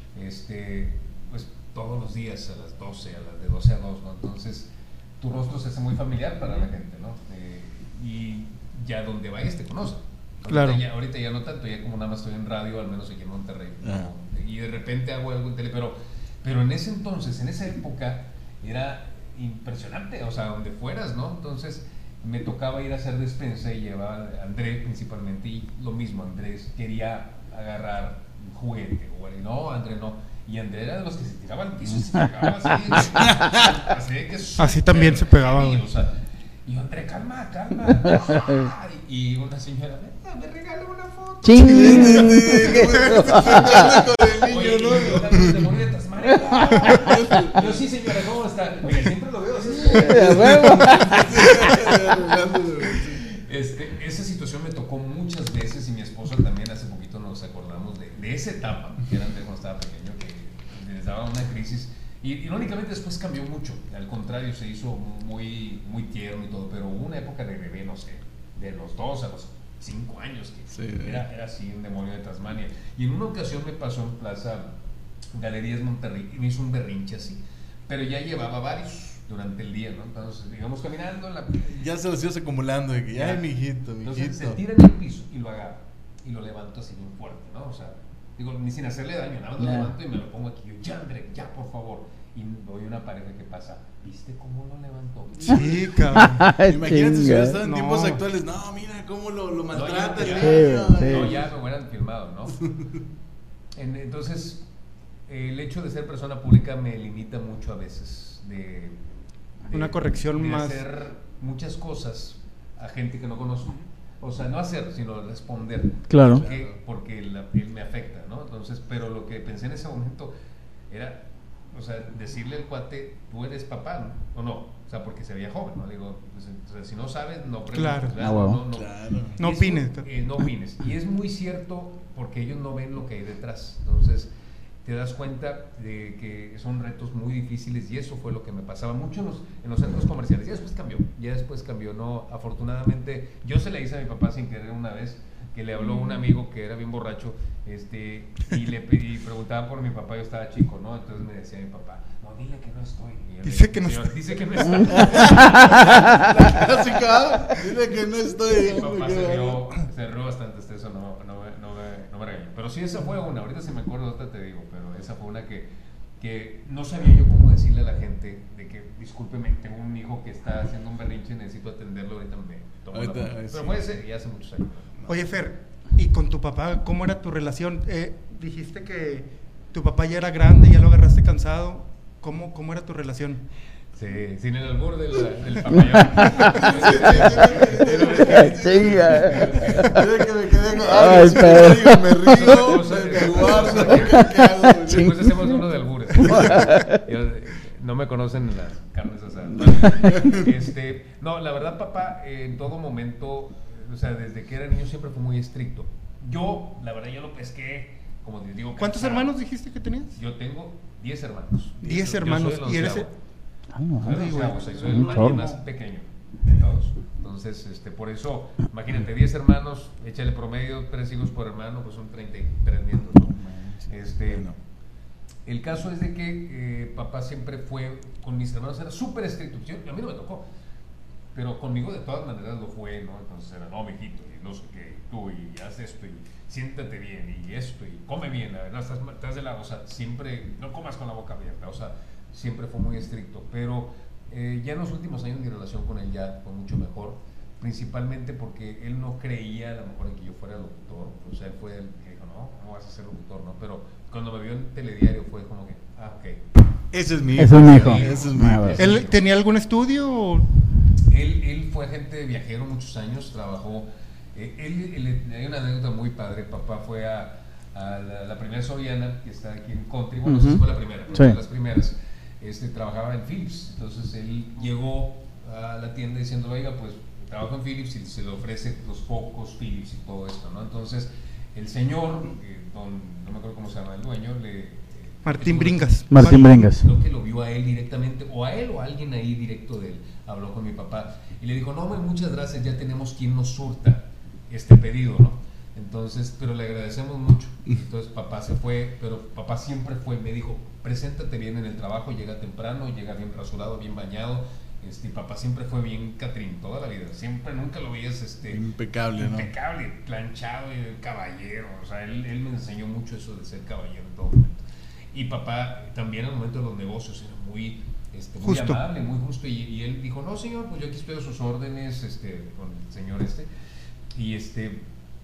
este, pues todos los días a las doce, a las de doce a dos, ¿no? Entonces, tu rostro se hace muy familiar para la gente, ¿no? Eh, y ya donde vayas te conocen. Ahorita, claro. ya, ahorita ya no tanto, ya como nada más estoy en radio, al menos aquí en Monterrey, ¿no? Ah. Y de repente hago algo en tele, pero, pero en ese entonces, en esa época, era impresionante, o sea, donde fueras, ¿no? Entonces, me tocaba ir a hacer despensa y llevaba a Andrés principalmente, y lo mismo, Andrés quería agarrar un juguete, o no, Andrés no, y Andrés era de los que se tiraban al piso y se pegaba así, así, de que así también se pegaba, y, güey. o sea, y yo, Andrés, calma, calma, y una señora, me regaló una foto. ¡Ching! Oye, y te morí de Tasmania. Yo sí, señora, ¿cómo está? Oye, siempre lo veo así. Este, esa situación me tocó muchas veces y mi esposa también hace poquito nos acordamos de, de esa etapa, que era antes cuando estaba pequeño, que les daba una crisis. Y irónicamente después cambió mucho, al contrario, se hizo muy, muy tierno y todo, pero hubo una época de bebé, no sé, de los dos a los cinco años, que sí, era, era así un demonio de Tasmania. Y en una ocasión me pasó en Plaza Galerías Monterrey y me hizo un berrinche así, pero ya llevaba varios durante el día, ¿no? Entonces, digamos, caminando en la... Ya se los ibas acumulando, de que, ya, ay, mijito, mijito. Entonces se tira en el piso y lo agarro y lo levanto así bien fuerte, ¿no? O sea, digo, ni sin hacerle daño, nada más lo levanto y me lo pongo aquí. Yo, ya, André, ya, por favor. Y voy a una pareja que pasa, ¿viste cómo lo levantó? Sí, cabrón. Imagínate si hubiera estado en No. tiempos actuales, no, mira cómo lo, lo maltrata no, el ya, niño. sí. no, ya me hubieran filmado, ¿no? En, entonces, el hecho de ser persona pública me limita mucho a veces de... de Una corrección de más. hacer muchas cosas a gente que no conozco. O sea, no hacer, sino responder. Claro. Porque, porque la piel me afecta, ¿no? Entonces, pero lo que pensé en ese momento era, o sea, decirle al cuate, tú eres papá, ¿no? O no, o sea, porque se veía joven, ¿no? Le digo, pues, o sea, si no sabes, no preguntes. Claro. ¿verdad? Ah, bueno. no, no, Claro. No Eso, opines. eh, no opines. Y es muy cierto porque ellos no ven lo que hay detrás. Entonces, te das cuenta de que son retos muy difíciles y eso fue lo que me pasaba mucho en los, en los centros comerciales. Ya después cambió, ya después cambió. No, afortunadamente, yo se le hice a mi papá sin querer una vez, que le habló un amigo que era bien borracho, este, y le pedí, preguntaba por mi papá, yo estaba chico, ¿no? Entonces me decía mi papá, no, dile que no estoy. Y yo le Dice dije, que no "Señor, está". dice que no estoy. Clásica, dile que no estoy. Mi papá hombre, se qué rió, bárbaro. se rió bastante, hasta eso no, no, me- no, me, no me regañó. Pero sí, esa fue una, ahorita si me acuerdo, otra te digo, pero esa fue una que, que no sabía yo cómo decirle a la gente de que, discúlpeme, tengo un hijo que está haciendo un berrinche y necesito atenderlo ahorita. Me tomo la Ahorita, foto. sí. Pero fue ese, ya hace muchos años. Oye, Fer, ¿y con tu papá cómo era tu relación? Eh, dijiste que tu papá ya era grande, ya lo agarraste cansado. ¿Cómo, cómo era tu relación? Sí, sin el albur del, del papayón. Chinga. Mira que me quedé con- Ay, Ay, pero- me río, me río, me- me guau. marzo. ¿Qué hago? Después hacemos uno de albures. Yo, no me conocen las carnes asadas. Este, no, la verdad, papá, en todo momento, o sea, desde que era niño siempre fue muy estricto. Yo, la verdad, yo lo pesqué, como te digo. ¿Cuántos cansado. hermanos dijiste que tenías? Yo tengo diez hermanos. diez Yo hermanos. soy el ¿Y eres onceavo. Ah, no, Soy el Ay, onceavo, güey. o sea, soy el Un más, chorro. más pequeño de todos. Entonces, este, por eso, imagínate, diez hermanos, échale promedio, tres hijos por hermano, pues son treinta y tres nietos, ¿no? Este, Bueno. el caso es de que eh, papá siempre fue, con mis hermanos era súper estricto. Yo- a mí no me tocó, pero conmigo de todas maneras lo fue, ¿no? Entonces era, no, mijito, y no sé qué, y tú, y haz esto, y siéntate bien, y esto, y come bien, la verdad, estás, estás de la, o sea, siempre, no comas con la boca abierta, o sea, siempre fue muy estricto, pero eh, ya en los últimos años mi relación con él ya fue mucho mejor, principalmente porque él no creía a lo mejor en que yo fuera locutor, o sea, él fue el que dijo, no, no vas a ser locutor, ¿no? Pero cuando me vio en telediario fue como que, ah, ok. Ese es mi Ese es mi hijo. Ese es mi Ah, hijo. bueno. ¿Él tenía algún estudio? O... Él, él fue agente viajero muchos años, trabajó. Eh, él, él- hay una anécdota muy padre. Papá fue a, a la, la primera Soriana, que está aquí en Country. Bueno, Ujú. esa fue la primera, pero Sí. fue de las primeras. Este, trabajaba en Philips. Entonces él llegó a la tienda diciendo, oiga, pues trabajo en Philips y se le ofrece los focos Philips y todo esto, ¿no? Entonces el señor, eh, don, no me acuerdo cómo se llama el dueño, le. eh, Martín estuvo- Bringas. Martín Bringas. Creo que lo vio a él directamente, o a él o a alguien ahí directo de él, habló con mi papá y le dijo, no, hombre, muchas gracias, ya tenemos quien nos surta este pedido, ¿no? Entonces, pero le agradecemos mucho. Entonces papá se fue, pero papá siempre fue, me dijo, preséntate bien en el trabajo, llega temprano, llega bien rasurado, bien bañado. Este, y papá siempre fue bien Catrín, toda la vida, siempre, nunca lo veías este, Impecable, ¿no? impecable, planchado y caballero, o sea, él, él me enseñó mucho eso de ser caballero en todo momento. Y papá también al momento de los negocios era muy, este, muy Justo. amable, muy justo. Y, y él dijo, no señor, pues yo aquí estoy a sus órdenes, este, con el señor este. Y este,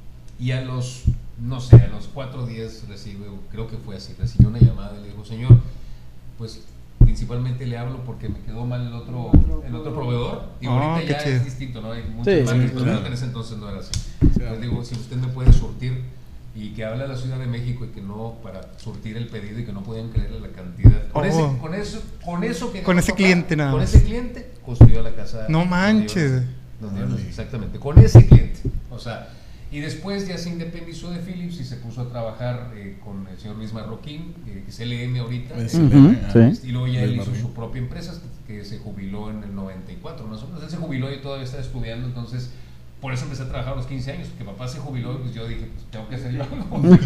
y a los, no sé, a los cuatro días recibe, creo que fue así, recibió una llamada y le dijo, señor, pues principalmente le hablo porque me quedó mal el otro, el otro proveedor. Y Ah, ahorita qué ya chido. es distinto, ¿no? Hay muchas Sí, marcas, sí, pero claro. en ese entonces no era así. Sí. Entonces digo, si usted me puede surtir y que habla a la Ciudad de México y que no, para surtir el pedido y que no podían creerle la cantidad. Con, Oh. ese, con, eso, con eso que Con ganó ese papá, cliente nada Con más. ese cliente construyó la casa. No donde manches. yo- donde yo nací, Órale. exactamente, con ese cliente. O sea, y después ya se independizó de Philips y se puso a trabajar eh, con el señor Luis Marroquín, eh, que es L M ahorita. Es eh, L Ujú, M, sí. Y luego ya él Luis hizo Marroquín. su propia empresa que se jubiló en el noventa y cuatro más o menos. Él se jubiló y todavía estaba estudiando, entonces por eso empecé a trabajar a los quince años, porque papá se jubiló y pues yo dije, pues tengo que hacer yo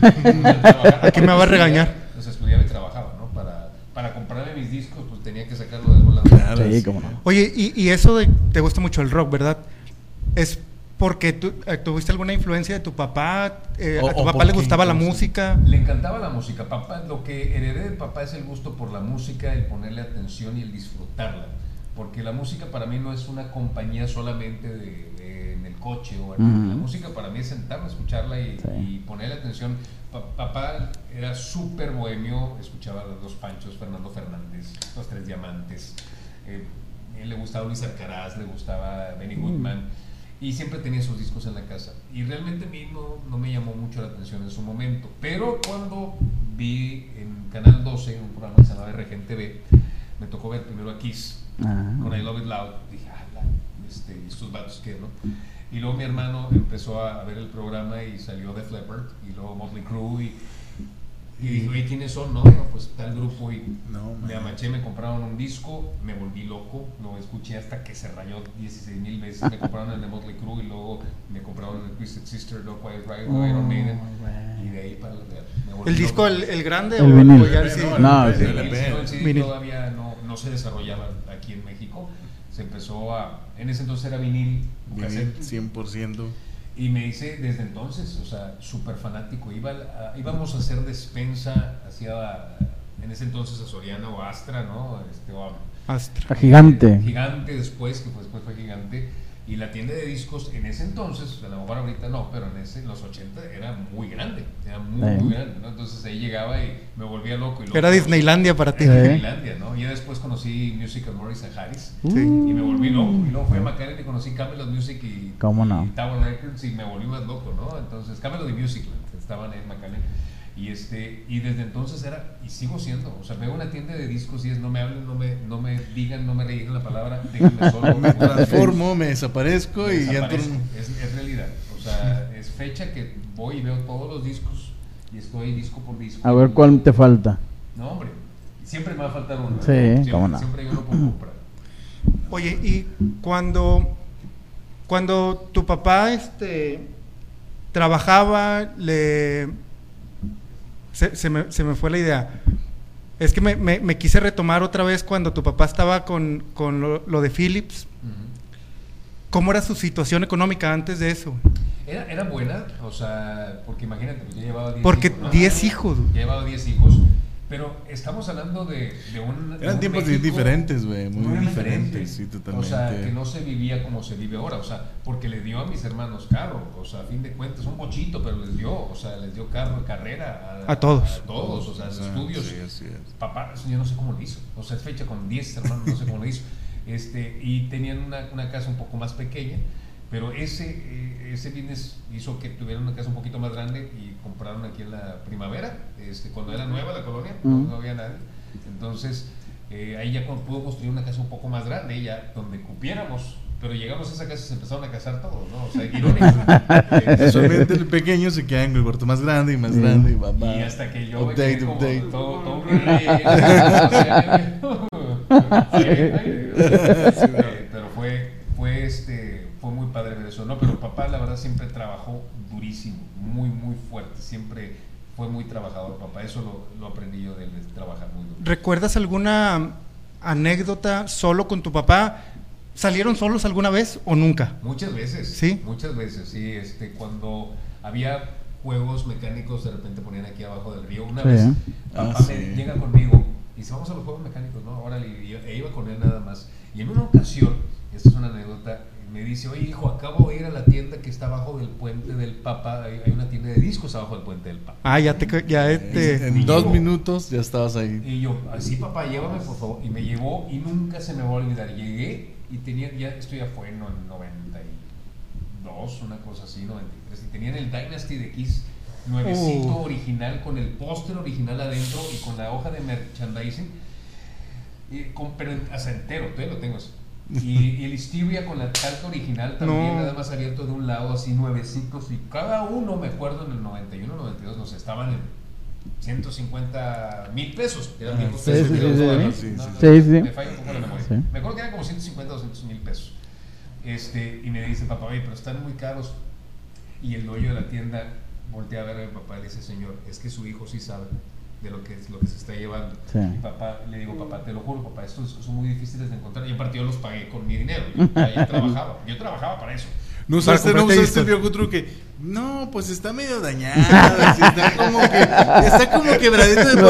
algo. Aquí me va a regañar. Entonces estudiaba y trabajaba, ¿no? Para, para comprarme mis discos, pues tenía que sacarlo de algún lado. Claro, Sí, sí. cómo no. Oye, y, y eso de te gusta mucho el rock, ¿verdad? ¿Es porque tú, eh, tuviste alguna influencia de tu papá? Eh, O- ¿A tu o papá por le qué, gustaba la entonces? música? Le encantaba la música. Papá, lo que heredé de papá es el gusto por la música, el ponerle atención y el disfrutarla. Porque la música para mí no es una compañía solamente de, de- en el coche o en, Ujú. la música para mí es sentarme, escucharla y, Sí. y ponerle atención. Pa- papá era súper bohemio, escuchaba a los dos Panchos, Fernando Fernández, los Tres Diamantes. Eh, él le gustaba Luis Alcaraz, le gustaba Benny Goodman. Y siempre tenía esos discos en la casa. Y realmente a mí no, no me llamó mucho la atención en su momento. Pero cuando vi en Canal doce un programa que se llamaba R G N T V, me tocó ver primero a Kiss Ah. con I Love It Loud. Dije, ah, la, este, ¿y estos vatos qué, no? Y luego mi hermano empezó a ver el programa y salió Def Leppard y luego Motley Crue y, y dijo, ¿y quiénes son? No, no, pues tal grupo y No, me man. amaché, me compraron un disco, me volví loco, lo escuché hasta que se rayó dieciséis mil veces, me compraron el de Motley Crue y luego me compraron el Twisted Sister, No Quiet Riot, Oh, Iron Maiden güey. y de ahí para la real. Me volví ¿El disco, loco. el, el grande El o, vinil. o ya el sí? No, No, el sí. El L P. C D, el C D Vinil. todavía no, no se desarrollaba aquí en México, se empezó a, en ese entonces era vinil, o Vinil, cassette. cien por ciento. Y me hice desde entonces, o sea, súper fanático. Iba a- íbamos a hacer despensa hacia, en ese entonces a Soriana o Astra, ¿no? Este, o a- Astra. A gigante. Gigante después, que fue- después fue Gigante. Y la tienda de discos en ese entonces, a lo mejor ahorita no, pero en, ese, en los ochenta era muy grande, era muy, Sí. muy grande, ¿no? Entonces ahí llegaba y me volvía loco. Y loco. Era Disneylandia para ti. Era Sí. Disneylandia, ¿no? Y ya después conocí Music and Morris a Harris. Sí. Y me volví loco. Y luego fui a McAllen y conocí Camelot Music y, ¿Cómo no? y Tower Records y me volví más loco, ¿no? Entonces, Camelot y Musicland estaban en McAllen. Y este y desde entonces era, y sigo siendo, o sea, veo una tienda de discos y es no me hablen, no me, no me digan, no me redigan la palabra, déjenme solo. Me transformo, me desaparezco me y desaparezco. ya es, es realidad. O sea, es fecha que voy y veo todos los discos y estoy disco por disco. A ver cuál te falta. No, hombre, siempre me va a faltar uno. Sí, siempre, cómo no. Siempre hay uno por comprar. Oye, y cuando, cuando tu papá este, trabajaba, le se, se, me, se me fue la idea. Es que me, me, me quise retomar otra vez cuando tu papá estaba con, con lo, lo de Philips. Uh-huh. ¿Cómo era su situación económica antes de eso? Era, era buena, o sea, porque imagínate, pues yo llevaba diez Porque hijos. ¿no? diez hijos. Ya llevaba diez hijos, pero estamos hablando de, de un. de Eran un tiempos México diferentes, güey, muy, muy diferentes, diferente. sí, totalmente. O sea, que no se vivía como se vive ahora, o sea, porque le dio a mis hermanos carro, o sea, a fin de cuentas, un bochito, pero les dio, o sea, les dio carro, carrera. A todos. A todos, o sea, Ah, estudios. sí, así es. Papá, eso yo no sé cómo lo hizo, o sea, es fecha con diez hermanos, no sé cómo lo hizo. Este, y tenían una, una casa un poco más pequeña, pero ese, eh, ese business hizo que tuvieran una casa un poquito más grande y compraron aquí en la Primavera, este, cuando era nueva la colonia, Uh-huh. no, no había nadie. Entonces, eh, ahí ya pudo construir una casa un poco más grande, ya donde cupiéramos. Pero llegamos a esa casa y se empezaron a casar todos, ¿no? O sea, irónico. Eh, Casualmente el pequeño se queda en el cuarto más grande y más Sí. grande y va, va. y hasta que yo me Update, quedé como update. todo, todo un rey, o sea, sí, eh, pero fue, fue, este, fue muy padre ver eso, ¿no? Pero papá, la verdad, siempre trabajó durísimo, muy, muy fuerte, siempre fue muy trabajador, papá. Eso lo, lo aprendí yo de él, de trabajar muy duro. ¿Recuerdas alguna anécdota solo con tu papá? ¿Salieron solos alguna vez o nunca? Muchas veces, ¿Sí? muchas veces, sí, este, cuando había juegos mecánicos, de repente ponían aquí abajo del río. Una Sí. vez, Ah, papá sí. me llega conmigo y dice, vamos a los juegos mecánicos, ¿no? Órale, y yo, e iba con él nada más. Y en una ocasión, esta es una anécdota, me dice, oye hijo, acabo de ir a la tienda que está abajo del puente del Papa, hay, hay una tienda de discos abajo del puente del Papa. Ah, ya te... Ya este, En Y dos llevo- minutos ya estabas ahí. Y yo, así papá, llévame por favor. Y me llevó y nunca se me va a olvidar. Llegué y tenía, ya esto ya fue en noventa y dos, una cosa así, noventa y tres. Y tenían el Dynasty de Kiss nuevecito, Uh. original, con el póster original adentro y con la hoja de merchandising. Y con, pero hasta entero, todavía lo tengo así. Y, y el Hysteria con la carta original también, No. nada más abierto de un lado, así nuevecitos. Y cada uno, me acuerdo, en el noventa y uno, noventa y dos, no sé, estaban en ciento cincuenta mil pesos. Eran Ah, viejos sí, pesos, sí, de sí, los sí. dólares. Sí, No, sí, no, sí. Sí, sí. Me falla un poco la memoria. Sí. Me acuerdo que eran como ciento cincuenta, doscientos mil pesos. Este, y me dice, papá, oye, pero están muy caros. Y el dueño de la tienda voltea a ver a mi papá y le dice, señor, es que su hijo sí sabe de lo que es lo que se está llevando. Sí. Y papá, le digo, papá, te lo juro, papá, estos son muy difíciles de encontrar. Y aparte yo los pagué con mi dinero. Yo, yo trabajaba, yo trabajaba para eso. No Para usaste, no comprarte usaste el discos. viejo truco que, no, pues está medio dañado, así, está como que, está como quebradito de por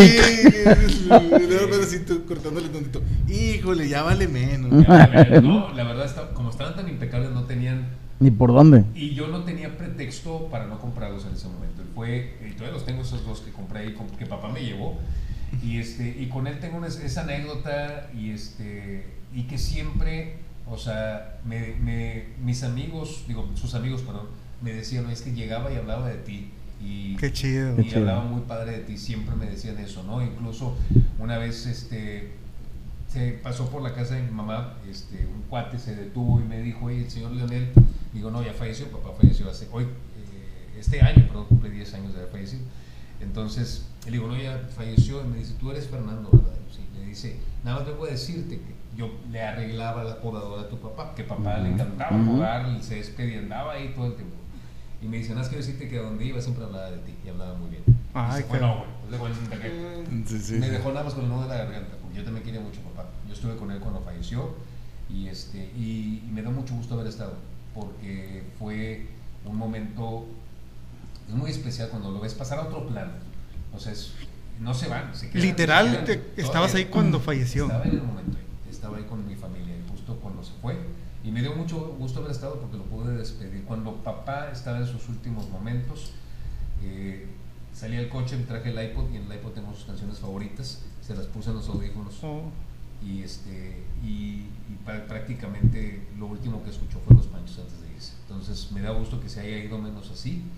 aquí. Y luego así tú cortándole tantito, híjole, ya vale menos. Ya, la verdad, no, la verdad, está- como estaban tan impecables, no tenían. Ni por dónde. Y yo no tenía pretexto para no comprarlos en ese momento. Y fue, y todavía los tengo esos dos que compré y que papá me llevó. Y este, y con él tengo una, esa anécdota y este, y que siempre, o sea, me, me, mis amigos, digo, sus amigos, perdón, me decían, es que llegaba y hablaba de ti. Y, Qué chido. Qué y chido. hablaba muy padre de ti, siempre me decían eso, ¿no? Incluso una vez, este, se pasó por la casa de mi mamá, este, un cuate se detuvo y me dijo, oye, el señor Leonel, digo, no, ya falleció, papá falleció hace, hoy, eh, este año, perdón, cumple diez años de haber fallecido. Entonces, le digo, no, ya falleció, y me dice, tú eres Fernando, ¿verdad? Sí, le dice, nada más vengo a decirte que yo le arreglaba la podadora a tu papá, que papá le encantaba Ujú. podar el césped y andaba ahí todo el tiempo. Y me dice, nada más quiero decirte que a donde iba siempre hablaba de ti, y hablaba muy bien. Ay, y se fue, qué- no, güey, pues de cuenta que Sí, sí, me sí. dejó nada más con el nudo de la garganta, porque yo también quería mucho a papá. Yo estuve con él cuando falleció y, este, y, y me da mucho gusto haber estado, porque fue un momento es muy especial cuando lo ves pasar a otro plano. O sea, es, no se van, se quedan. Literal, se quedan. te- Todavía- estabas ahí cuando falleció. Estaba en el momento, ahí, estaba ahí con mi familia, y justo cuando se fue. Y me dio mucho gusto haber estado porque lo pude despedir. Cuando papá estaba en sus últimos momentos, eh, salí al coche, me traje el iPod y en el iPod tengo sus canciones favoritas, se las puse en los audífonos Oh. y, este, y, y pra- prácticamente lo último que escuchó fue Los Panchos antes de irse. Entonces me da gusto que se haya ido menos así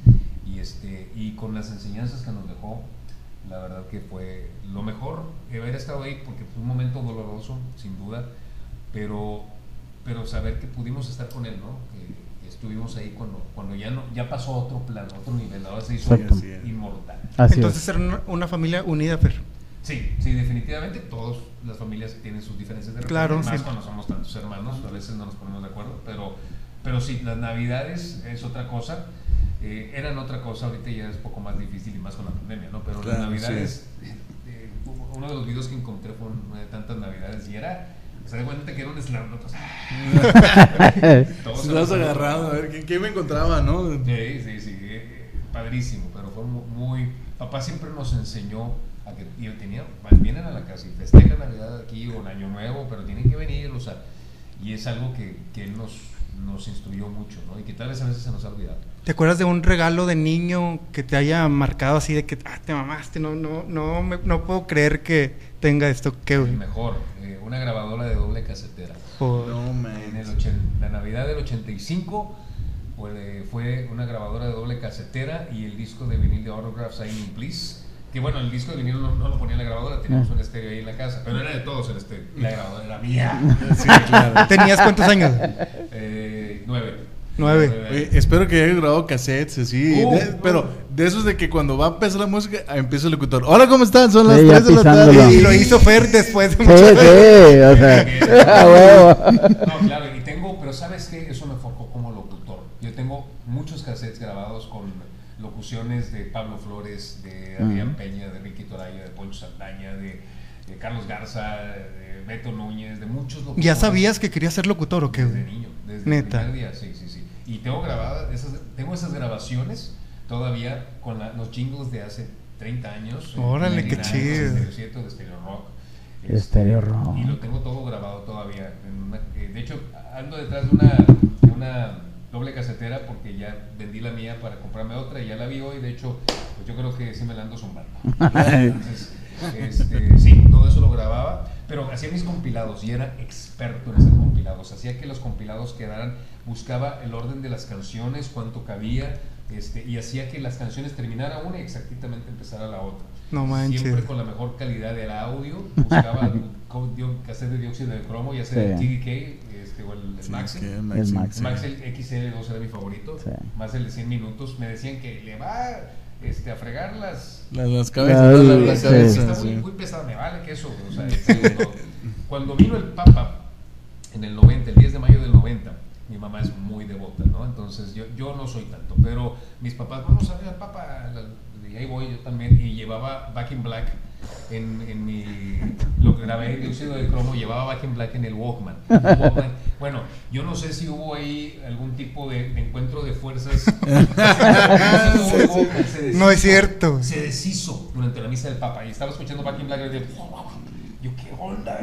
y, este, y con las enseñanzas que nos dejó, la verdad que fue lo mejor haber estado ahí, porque fue un momento doloroso, sin duda, pero, pero saber que pudimos estar con él, ¿no? Que, que estuvimos ahí cuando, cuando ya, no, ya pasó a otro plano, a otro nivel, ahora se hizo Exacto. inmortal. Así Entonces es. era una, una familia unida, Fer. Sí, sí, definitivamente todas las familias tienen sus diferencias de repente, Claro, más sí. cuando somos tantos hermanos, a veces no nos ponemos de acuerdo, pero, pero sí, las navidades es otra cosa, eh, eran otra cosa, ahorita ya es poco más difícil y más con la pandemia, ¿no? Pero Claro, las navidades, sí. eh, uno de los videos que encontré fue una de tantas navidades y era, se da cuenta que era un slam, ¿no? Pues, todos Se lo has agarrado, a ver, ¿qué, qué me encontraba, no? Sí, sí, sí, eh, padrísimo, pero fue mu- muy, papá siempre nos enseñó a que y tenía, vienen a la casa y festejan Navidad aquí o el Año Nuevo, pero tienen que venir, o sea, y es algo que, que él nos, nos instruyó mucho, ¿no? Y que tal vez a veces se nos ha olvidado. ¿Te acuerdas de un regalo de niño que te haya marcado así de que ah, te mamaste? No, no, no, me, no puedo creer que tenga esto. ¿Qué, El güey? mejor, eh, una grabadora de doble casetera. Por- No, En el man. ochen- la Navidad del ochenta y cinco pues, eh, fue una grabadora de doble casetera y el disco de vinil de Autograph Signing Please. Que bueno, el disco de vinil no, no lo ponía en la grabadora, teníamos un estéreo ahí en la casa, pero era de todos el estéreo. La grabadora era mía. Sí, claro. ¿Tenías cuántos años? Eh, nueve. Nueve. Oye, espero que hayas grabado cassettes, así. Uh, de- uh. pero de esos de que cuando va a empezar la música, ah, empieza el locutor. Hola, ¿cómo están? Son las Sí, ya tres de la pisándolo. tarde. Y lo hizo Fer después de Sí, mucho sí, o sea, a huevo. No, claro, y tengo, pero ¿sabes qué? Eso me forjó como locutor. Yo tengo muchos cassettes grabados con locuciones de Pablo Flores, de Adrián Ujú. Peña, de Ricky Toraya, de Poncho Saldaña, de, de Carlos Garza, de Beto Núñez, de muchos locutores. ¿Ya sabías que querías ser locutor o qué, Desde güey? niño, desde Neta. el primer día, sí, sí, sí. Y tengo grabadas, esas, tengo esas grabaciones todavía con la- los jingles de hace treinta años. eh, Órale, qué de chido. Stereo siete, de Stereo Rock. De Stereo Rock. Y lo tengo todo grabado todavía. en una- eh, de hecho, ando detrás de una, de una doble casetera porque ya vendí la mía para comprarme otra y ya la vi hoy. De hecho, pues yo creo que sí me la ando zumbando. Entonces, este, sí, todo eso lo grababa, pero hacía mis compilados y era experto en hacer compilados. Hacía que los compilados quedaran, buscaba el orden de las canciones, cuánto cabía, este, y hacía que las canciones terminara una y exactamente empezara la otra. No manches. Siempre con la mejor calidad del audio, buscaba co- dio- cassette de dióxido de cromo, ya sea el Sí. T D K este, o el, el Sí, Maxi. que El Maxi. Maxi. El Max el X L dos era mi favorito, Sí. más el de cien minutos. Me decían que le va este, a fregar las Las, las cabezas, Las- todas las esa- cabezas, está sí. muy, muy pesada, me vale que eso. O sea, cuando, cuando vino el Papa en el noventa, el diez de mayo del noventa, mi mamá es muy devota, ¿no? Entonces yo, yo no soy tanto, pero mis papás, vamos a ver al Papa, y ahí voy yo también, y llevaba Back in Black en, en mi, lo que grabé en dióxido de cromo, llevaba Back in Black en el Walkman. Un Walkman. Bueno, yo no sé si hubo ahí algún tipo de, de encuentro de fuerzas. El Walkman se deshizo. No es cierto. Se deshizo durante la misa del Papa y estaba escuchando Back in Black y decía, yo qué onda.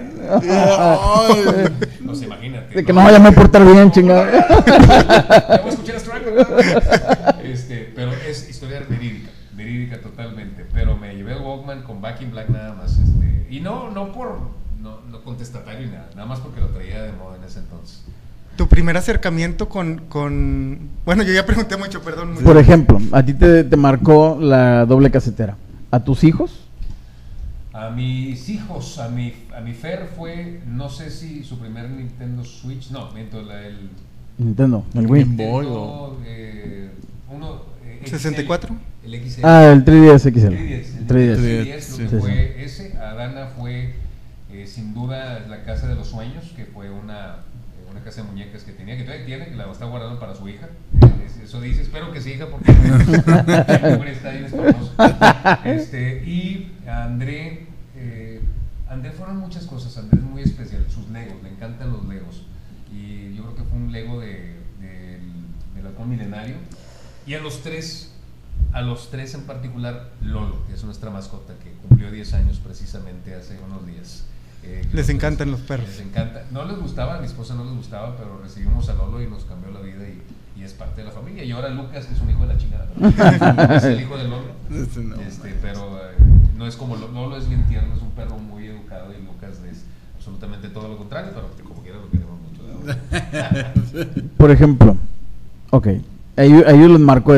Ay. No sé, imagínate. De que no vaya a me portar bien, chingado. Ya voy a escuchar a Strike. Este, pero es historia verídica, verídica totalmente. Pero me llevé el Walkman con Back in Black nada más. Este, y no, no por no, no contestatario ni nada, nada más porque lo traía de moda en ese entonces. Tu primer acercamiento con, con... Bueno, yo ya pregunté mucho, perdón. Por ejemplo, a ti te, te marcó la doble casetera. ¿A tus hijos? A mis hijos, a mi, a mi Fer fue, no sé si su primer Nintendo Switch, no, miento, la, el Nintendo, el Wii. Game Boy, Nintendo, eh, uno, eh, X L, ¿sesenta y cuatro? El X L. Ah, el tres D S X L. tres D S, el tres D S. tres D S, lo Sí, que sí, fue ese. A Dana fue eh, sin duda la casa de los sueños, que fue una, eh, una casa de muñecas que tenía, que todavía tiene, que la está guardando para su hija. Eh, es- eso dice, espero que sí, hija, porque siempre está bien espantoso. Este, y a André, eh, André fueron muchas cosas. André es muy especial, sus legos, le encantan los legos. Y yo creo que fue un lego de, del- del halcón milenario. Y a los tres, a los tres en particular, Lolo, que es nuestra mascota, que cumplió diez años precisamente hace unos días. Eh, que Les los encantan tres- los perros. Les encanta. No les gustaba, a mi esposa no les gustaba, pero recibimos a Lolo y nos cambió la vida y, y es parte de la familia. Y ahora Lucas, que es un hijo de la chingada, pero es el hijo de Lolo. Este no, Este, pero eh, no es como Lo- Lolo, es bien tierno, es un perro muy educado y Lucas es absolutamente todo lo contrario, pero como quiera lo queremos mucho. ¿verdad? Por ejemplo, ok, a ellos, a ellos les marcó eso.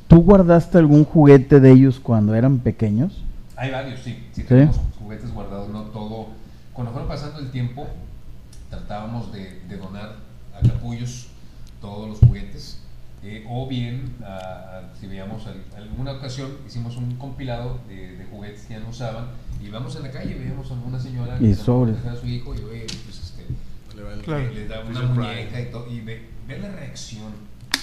¿Tú guardaste algún juguete de ellos cuando eran pequeños? Hay varios, sí. Sí, ¿Sí? tenemos juguetes guardados, no todo. Cuando fueron pasando el tiempo, tratábamos de, de donar a capullos todos los juguetes. Eh, o bien, a, a, si veíamos al, alguna ocasión, hicimos un compilado de, de juguetes que ya no usaban. Y íbamos en la calle, veíamos a alguna señora Y que sobres. a su hijo y oye, pues este, Claro. le, le da una muñeca y todo. Y ve, ve la reacción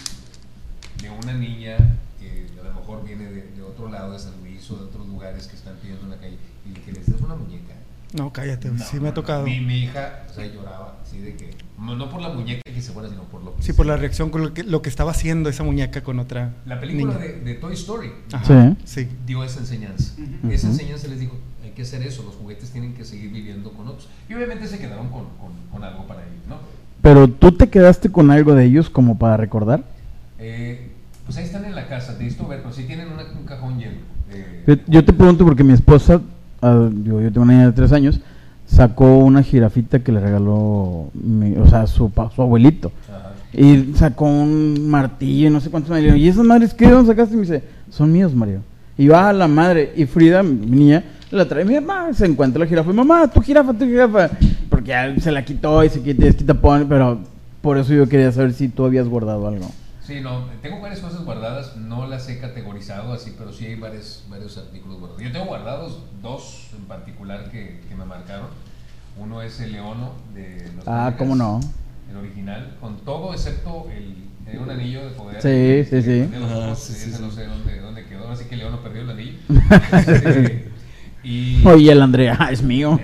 de una niña que a lo mejor viene de, de otro lado, de San Luis o de otros lugares que están pidiendo en la calle, y que les das una muñeca. No, cállate, No, sí me no, ha tocado. Mi, mi hija, o sea, lloraba, así de que, no, no por la muñeca que se fuera, sino por lo que Sí, se- por la reacción con lo que, lo que estaba haciendo esa muñeca con otra La película niña. de, de Toy Story Ajá, Sí. sí. dio esa enseñanza. Ujú. Esa enseñanza les dijo, hay que hacer eso, los juguetes tienen que seguir viviendo con otros. Y obviamente se quedaron con, con, con algo para ellos, ¿no? Pero tú te quedaste con algo de ellos como para recordar. Eh, pues ahí están en la casa, de esto ver, pero sí tienen una- un cajón lleno. de- Yo, yo te pregunto porque mi esposa, ah, yo, yo tengo una niña de tres años, sacó una jirafita que le regaló, mi- o sea, su, pa- su abuelito. Ajá. Y sacó un martillo y no sé cuántos me dieron. ¿Y esas madres qué? ¿Dónde sacaste? Y me dice, son míos, Mario. Y yo, ah, la madre. Y Frida, mi niña, la trae. Mi mamá se encuentra la jirafa. Y mamá, tu jirafa, tu jirafa. Porque ya se la quitó y se quita, y se quita, pone. Pero por eso yo quería saber si tú habías guardado algo. Sí, no, tengo varias cosas guardadas, no las he categorizado así, pero sí hay varios, varios artículos guardados. Yo tengo guardados dos en particular que, que me marcaron. Uno es el Leono de los Ah, Thundercats, ¿cómo no? el original, con todo excepto el, era un anillo de poder. Sí, sí, que sí. perdía los Ajá, ojos, sí, sí, ese sí. no sé dónde, dónde quedó, así que Leono perdió el anillo. Este, y, Oye, el Andrea, ah, es mío.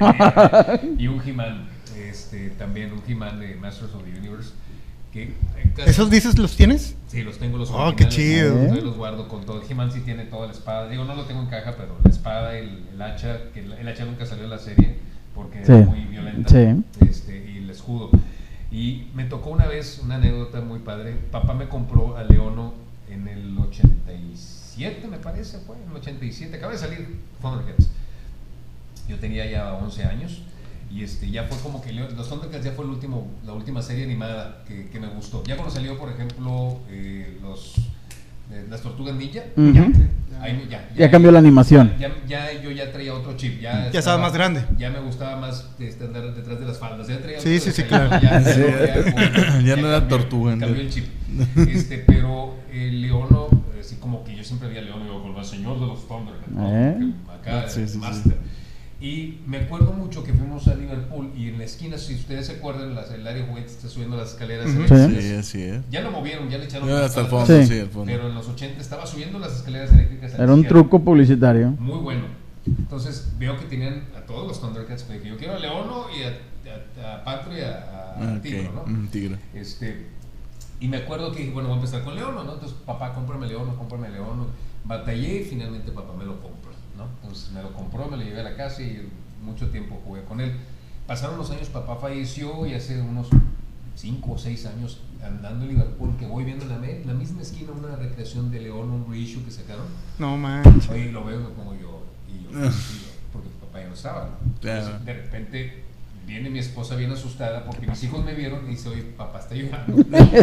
y un He-Man, este, también un He-Man de Masters of the Universe. Que, eh, casi- ¿Esos dices los tienes? Sí, los tengo los Oh, qué originales, chido. ¿no? Yo los guardo con todo. He-Man sí tiene toda la espada. Digo, no lo tengo en caja, pero la espada, el, el hacha, que el, el hacha nunca salió en la serie porque Sí. era muy violenta. Sí. Este, y el escudo. Y me tocó una vez una anécdota muy padre. Papá me compró a Leono en el ochenta y siete, me parece, fue, en el ochenta y siete. Acaba de salir Thundercats. Yo tenía ya once años. Y este, ya fue como que Leo- los Thundercats ya fue el último, la última serie animada que, que me gustó. Ya cuando salió, por ejemplo, eh, los, eh, las Tortugas Ninja, Ujú. ya, ahí ya, Ya cambió la animación. Ya, ya yo ya traía otro chip. Ya, Ya estaba más grande. Ya me gustaba más este, andar detrás de las faldas. Ya traía Sí, otro sí, sí, desayuno, claro. Ya, Sí, ya- ya no era cambió- tortuga, ¿no? Cambió el chip. Este, pero el Leono, así como que yo siempre veía a Leono, yo con el señor de los Thundercats, ¿no? ¿Eh? Que acá, Sí, sí, sí. Master. Y me acuerdo mucho que fuimos a Liverpool y en la esquina, si ustedes se acuerdan, las- el área de juguetes está subiendo las escaleras. Ujú. eléctricas. Sí, así es. Ya lo movieron, ya le echaron Ya más hasta el palas, fondo, Sí. sí, al fondo. pero en los ochenta estaba subiendo las escaleras eléctricas. a la Era un izquierda. truco publicitario. Muy bueno. Entonces veo que tenían a todos los Thundercats. Me dije, yo quiero a Leono y a, a, a Patro y a, a Ah, ok. Tigro, ¿no? Mm, tigre. Este, y me acuerdo que dije, bueno, voy a empezar con Leono, ¿no? Entonces, papá, cómprame Leono, cómprame Leono. Batallé y finalmente papá me lo compró, ¿no? Entonces me lo compró, me lo llevé a la casa y mucho tiempo jugué con él. Pasaron los años, papá falleció y hace unos cinco o seis años andando en Liverpool que voy viendo en la, me- la misma esquina una recreación de Leono, un reissue que sacaron. No manches. Oye, lo veo y me pongo yo, y yo, y yo, porque papá ya no estaba, ¿no? Claro. Entonces, de repente viene mi esposa bien asustada porque mis hijos me vieron y dice, oye, papá está llorando.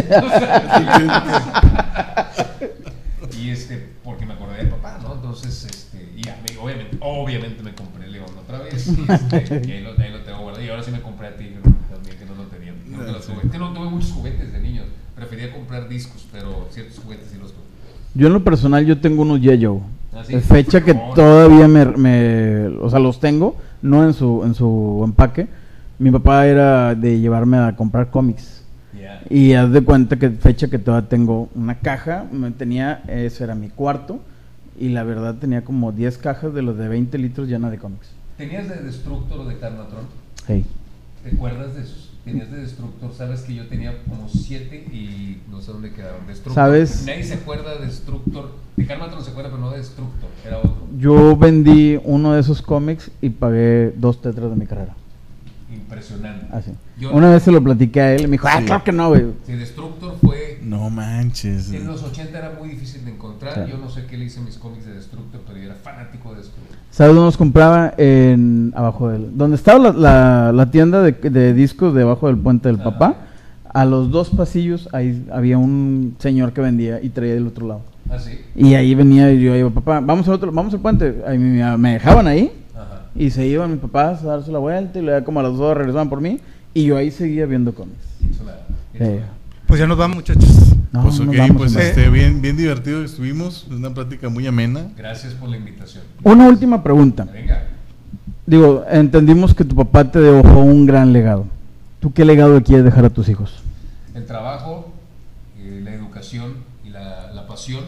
Y este, porque me acordé de papá, ¿no? Entonces, este, y ya, me- obviamente, obviamente me compré León otra vez. Y, este, y ahí, lo, ahí lo tengo guardado. Y ahora sí me compré a Tigre también, que no lo tenía. Nunca lo Sí. tuve. Que no tuve muchos juguetes de niños. Prefería comprar discos, pero ciertos juguetes sí los tuve. Yo en lo personal yo tengo unos Yeyo. ¿Ah, sí? Es fecha que Oh, todavía me, me- o sea, los tengo, no en su en su empaque. Mi papá era de llevarme a comprar cómics. Ya. Y haz de cuenta que fecha que todavía tengo una caja, me tenía, ese era mi cuarto, y la verdad tenía como diez cajas de los de veinte litros llenas de cómics. ¿Tenías de Destructor o de Carmatron? Hey. ¿Te acuerdas de esos? Tenías de Destructor, sabes que yo tenía como siete y no sé dónde quedaron. Destructor. ¿Sabes? Nadie se acuerda de Destructor. De Carmatron se acuerda, pero no de Destructor, era otro. Yo vendí uno de esos cómics y pagué dos tetras de mi carrera. Impresionante. Así. Yo- Una vez se lo platiqué a él y me dijo, ah, Sí. claro que no, güey. Si Destructor fue. No manches. En los ochenta era muy difícil de encontrar. Sí. Yo no sé qué le hice a mis cómics de Destructor, pero yo era fanático de Destructor. ¿Sabes dónde los compraba? En abajo del... Donde estaba la, la, la tienda de, de discos debajo del puente del Ajá. papá. A los dos pasillos ahí había un señor que vendía y traía del otro lado. ¿Ah, sí? Y ahí venía y yo iba, papá, vamos al otro, vamos al puente. Ahí me, me dejaban ahí. Ajá. Y se iban mis papás a darse la vuelta y luego como a las dos regresaban por mí. Y yo ahí seguía viendo cómics. Chulada, Sí. chulada. Pues ya nos vamos, muchachos. No, Pues nos ok, vamos, pues hombre. este, bien, bien divertido estuvimos, una plática muy amena. Gracias por la invitación. Una última pregunta. Venga. Digo, entendimos que tu papá te dejó un gran legado. ¿Tú qué legado le quieres dejar a tus hijos? El trabajo, eh, la educación y la, la pasión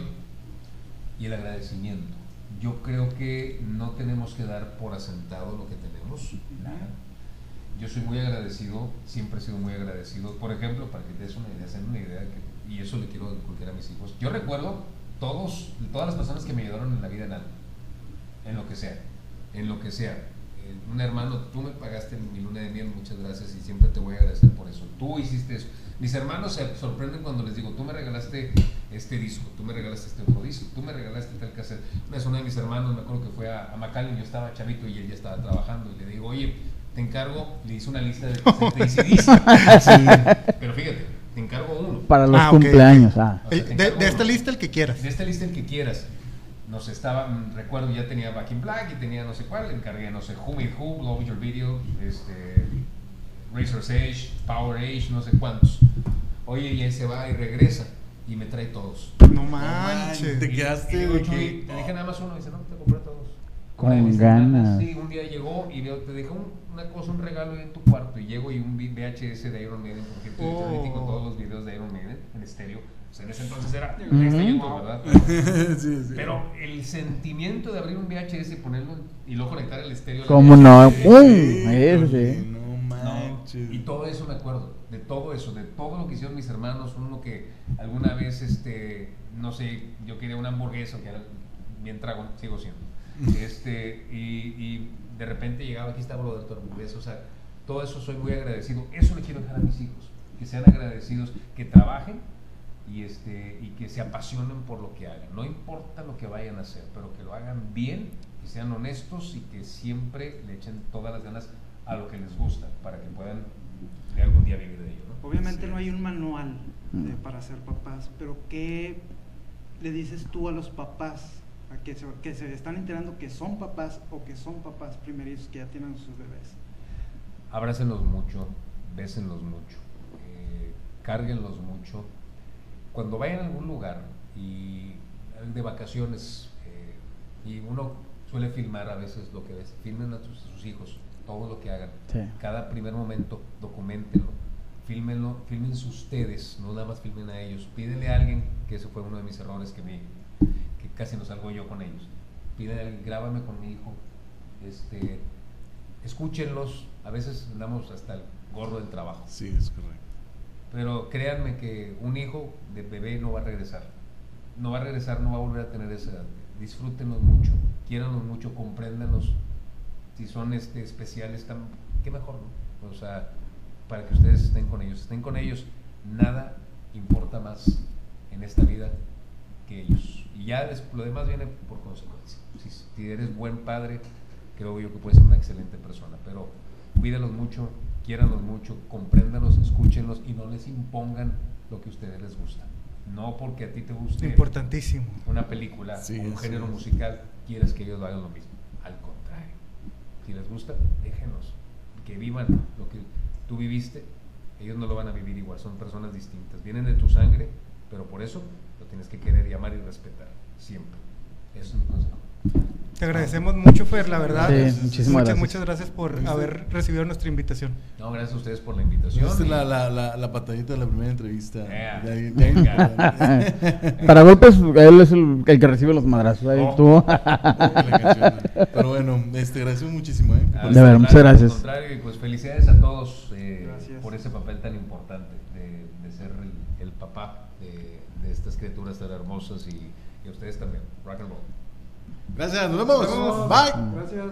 y el agradecimiento. Yo creo que no tenemos que dar por asentado lo que tenemos. Nada. Yo soy muy agradecido, siempre he sido muy agradecido. Por ejemplo, para que te des una idea, hacer una idea, que, y eso le quiero inculcar a mis hijos. Yo recuerdo todos, todas las personas que me ayudaron en la vida en algo, en lo que sea, en lo que sea. Eh, un hermano, tú me pagaste mi luna de miel, muchas gracias y siempre te voy a agradecer por eso. Tú hiciste eso. Mis hermanos se sorprenden cuando les digo, tú me regalaste este disco, tú me regalaste este otro disco, tú me regalaste tal cassette. Una vez uno de mis hermanos, me acuerdo que fue a, a McAllen, yo estaba chavito y él ya estaba trabajando y le digo, oye, te encargo, le hice una lista de cassettes de A C D C. Pero fíjate, te encargo uno. Para los Ah, ok, cumpleaños. Ah. O sea, El- te de, encargo de esta uno. lista el que quieras. De esta lista el que quieras. Nos estaba, mm, recuerdo, ya tenía Back in Black y tenía no sé cuál, le encargué, no sé, Who Made Who, Love Your Video, este, Razor's Edge, Power Age, no sé cuántos. Oye, y él se va y regresa y me trae todos. No manches. Te Y- quedaste y digo, de Chuy, que- te dejé nada más uno, y dice, no, te compré todos. Con Ahí me ganas. Sí, un día llegó y veo, te dejé un- una cosa, un regalo ahí en tu cuarto y llego y un V H S de Iron Maiden, porque estoy Oh. con todos los videos de Iron Maiden en estéreo. O sea, en ese entonces era Ujú. este YouTube, ¿verdad? Sí, sí. Pero el sentimiento de abrir un V H S y ponerlo en- y luego conectar el estéreo. a la ¿Cómo no? V H S, ¡Pum! Sí, Ese oye, sí. no no, manches. y todo eso me acuerdo, de todo eso, de todo lo que hicieron mis hermanos, uno que alguna vez, este, no sé, yo quería una hamburguesa, que era bien tragón, sigo siendo, este, y, y de repente llegaba, aquí está brother, tu hamburguesa, o sea, todo eso soy muy agradecido, eso le quiero dejar a mis hijos, que sean agradecidos, que trabajen y, este, y que se apasionen por lo que hagan, no importa lo que vayan a hacer, pero que lo hagan bien, que sean honestos y que siempre le echen todas las ganas a lo que les gusta para que puedan de algún día vivir de ello, ¿no? Obviamente no hay un manual de- para ser papás, pero ¿qué le dices tú a los papás a que, se, que se están enterando que son papás o que son papás primerizos que ya tienen sus bebés? Abrácenlos mucho, bésenlos mucho, eh, cárguenlos mucho. Cuando vayan a algún lugar y de vacaciones eh, y uno suele filmar a veces lo que ves, filmen a sus, a sus hijos, todo lo que hagan, Sí. cada primer momento, documentenlo, fílmenlo, fílmense ustedes, no nada más filmen a ellos, pídele a alguien, que ese fue uno de mis errores que vi, que casi no salgo yo con ellos, pídele a alguien, grábame con mi hijo, este, escúchenlos, a veces andamos hasta el gorro del trabajo, Sí, es correcto. pero créanme que un hijo de bebé no va a regresar, no va a regresar, no va a volver a tener esa edad, disfrútenlos mucho, quiéranlos mucho, compréndanlos, si son este, especiales, tan, qué mejor, ¿no? O sea, para que ustedes estén con ellos, estén con ellos, nada importa más en esta vida que ellos, y ya des, lo demás viene por consecuencia. Si, si eres buen padre, creo yo que puedes ser una excelente persona, pero cuídalos mucho, quiéranlos mucho, compréndanlos, escúchenlos y no les impongan lo que a ustedes les gusta. No porque a ti te guste Importantísimo. una película Sí, o un sí, género sí. musical, quieres que ellos hagan lo mismo. Al contrario, si les gusta, déjenlos, que vivan lo que tú viviste, ellos no lo van a vivir igual, son personas distintas, vienen de tu sangre, pero por eso lo tienes que querer y amar y respetar, siempre. Eso es mi consejo. Te agradecemos mucho, Fer, la verdad. Sí, muchas, muchísimas gracias. muchas gracias por haber recibido nuestra invitación. No, gracias a ustedes por la invitación. Esta es y- la, la, la, la patadita de la primera entrevista. Yeah. De ahí- de ahí- Para golpes, él es el, el que recibe los madrazos. Ahí Oh. tú. la canción. Pero bueno, este, gracias muchísimo, ¿eh? Ah, De verdad, muchas al gracias. contrario, y pues felicidades a todos eh, Gracias. por ese papel tan importante de, de ser el, el papá de, de estas criaturas tan hermosas y, y a ustedes también. Rock and roll. Gracias, nos vemos. Nos vemos. Bye. Gracias.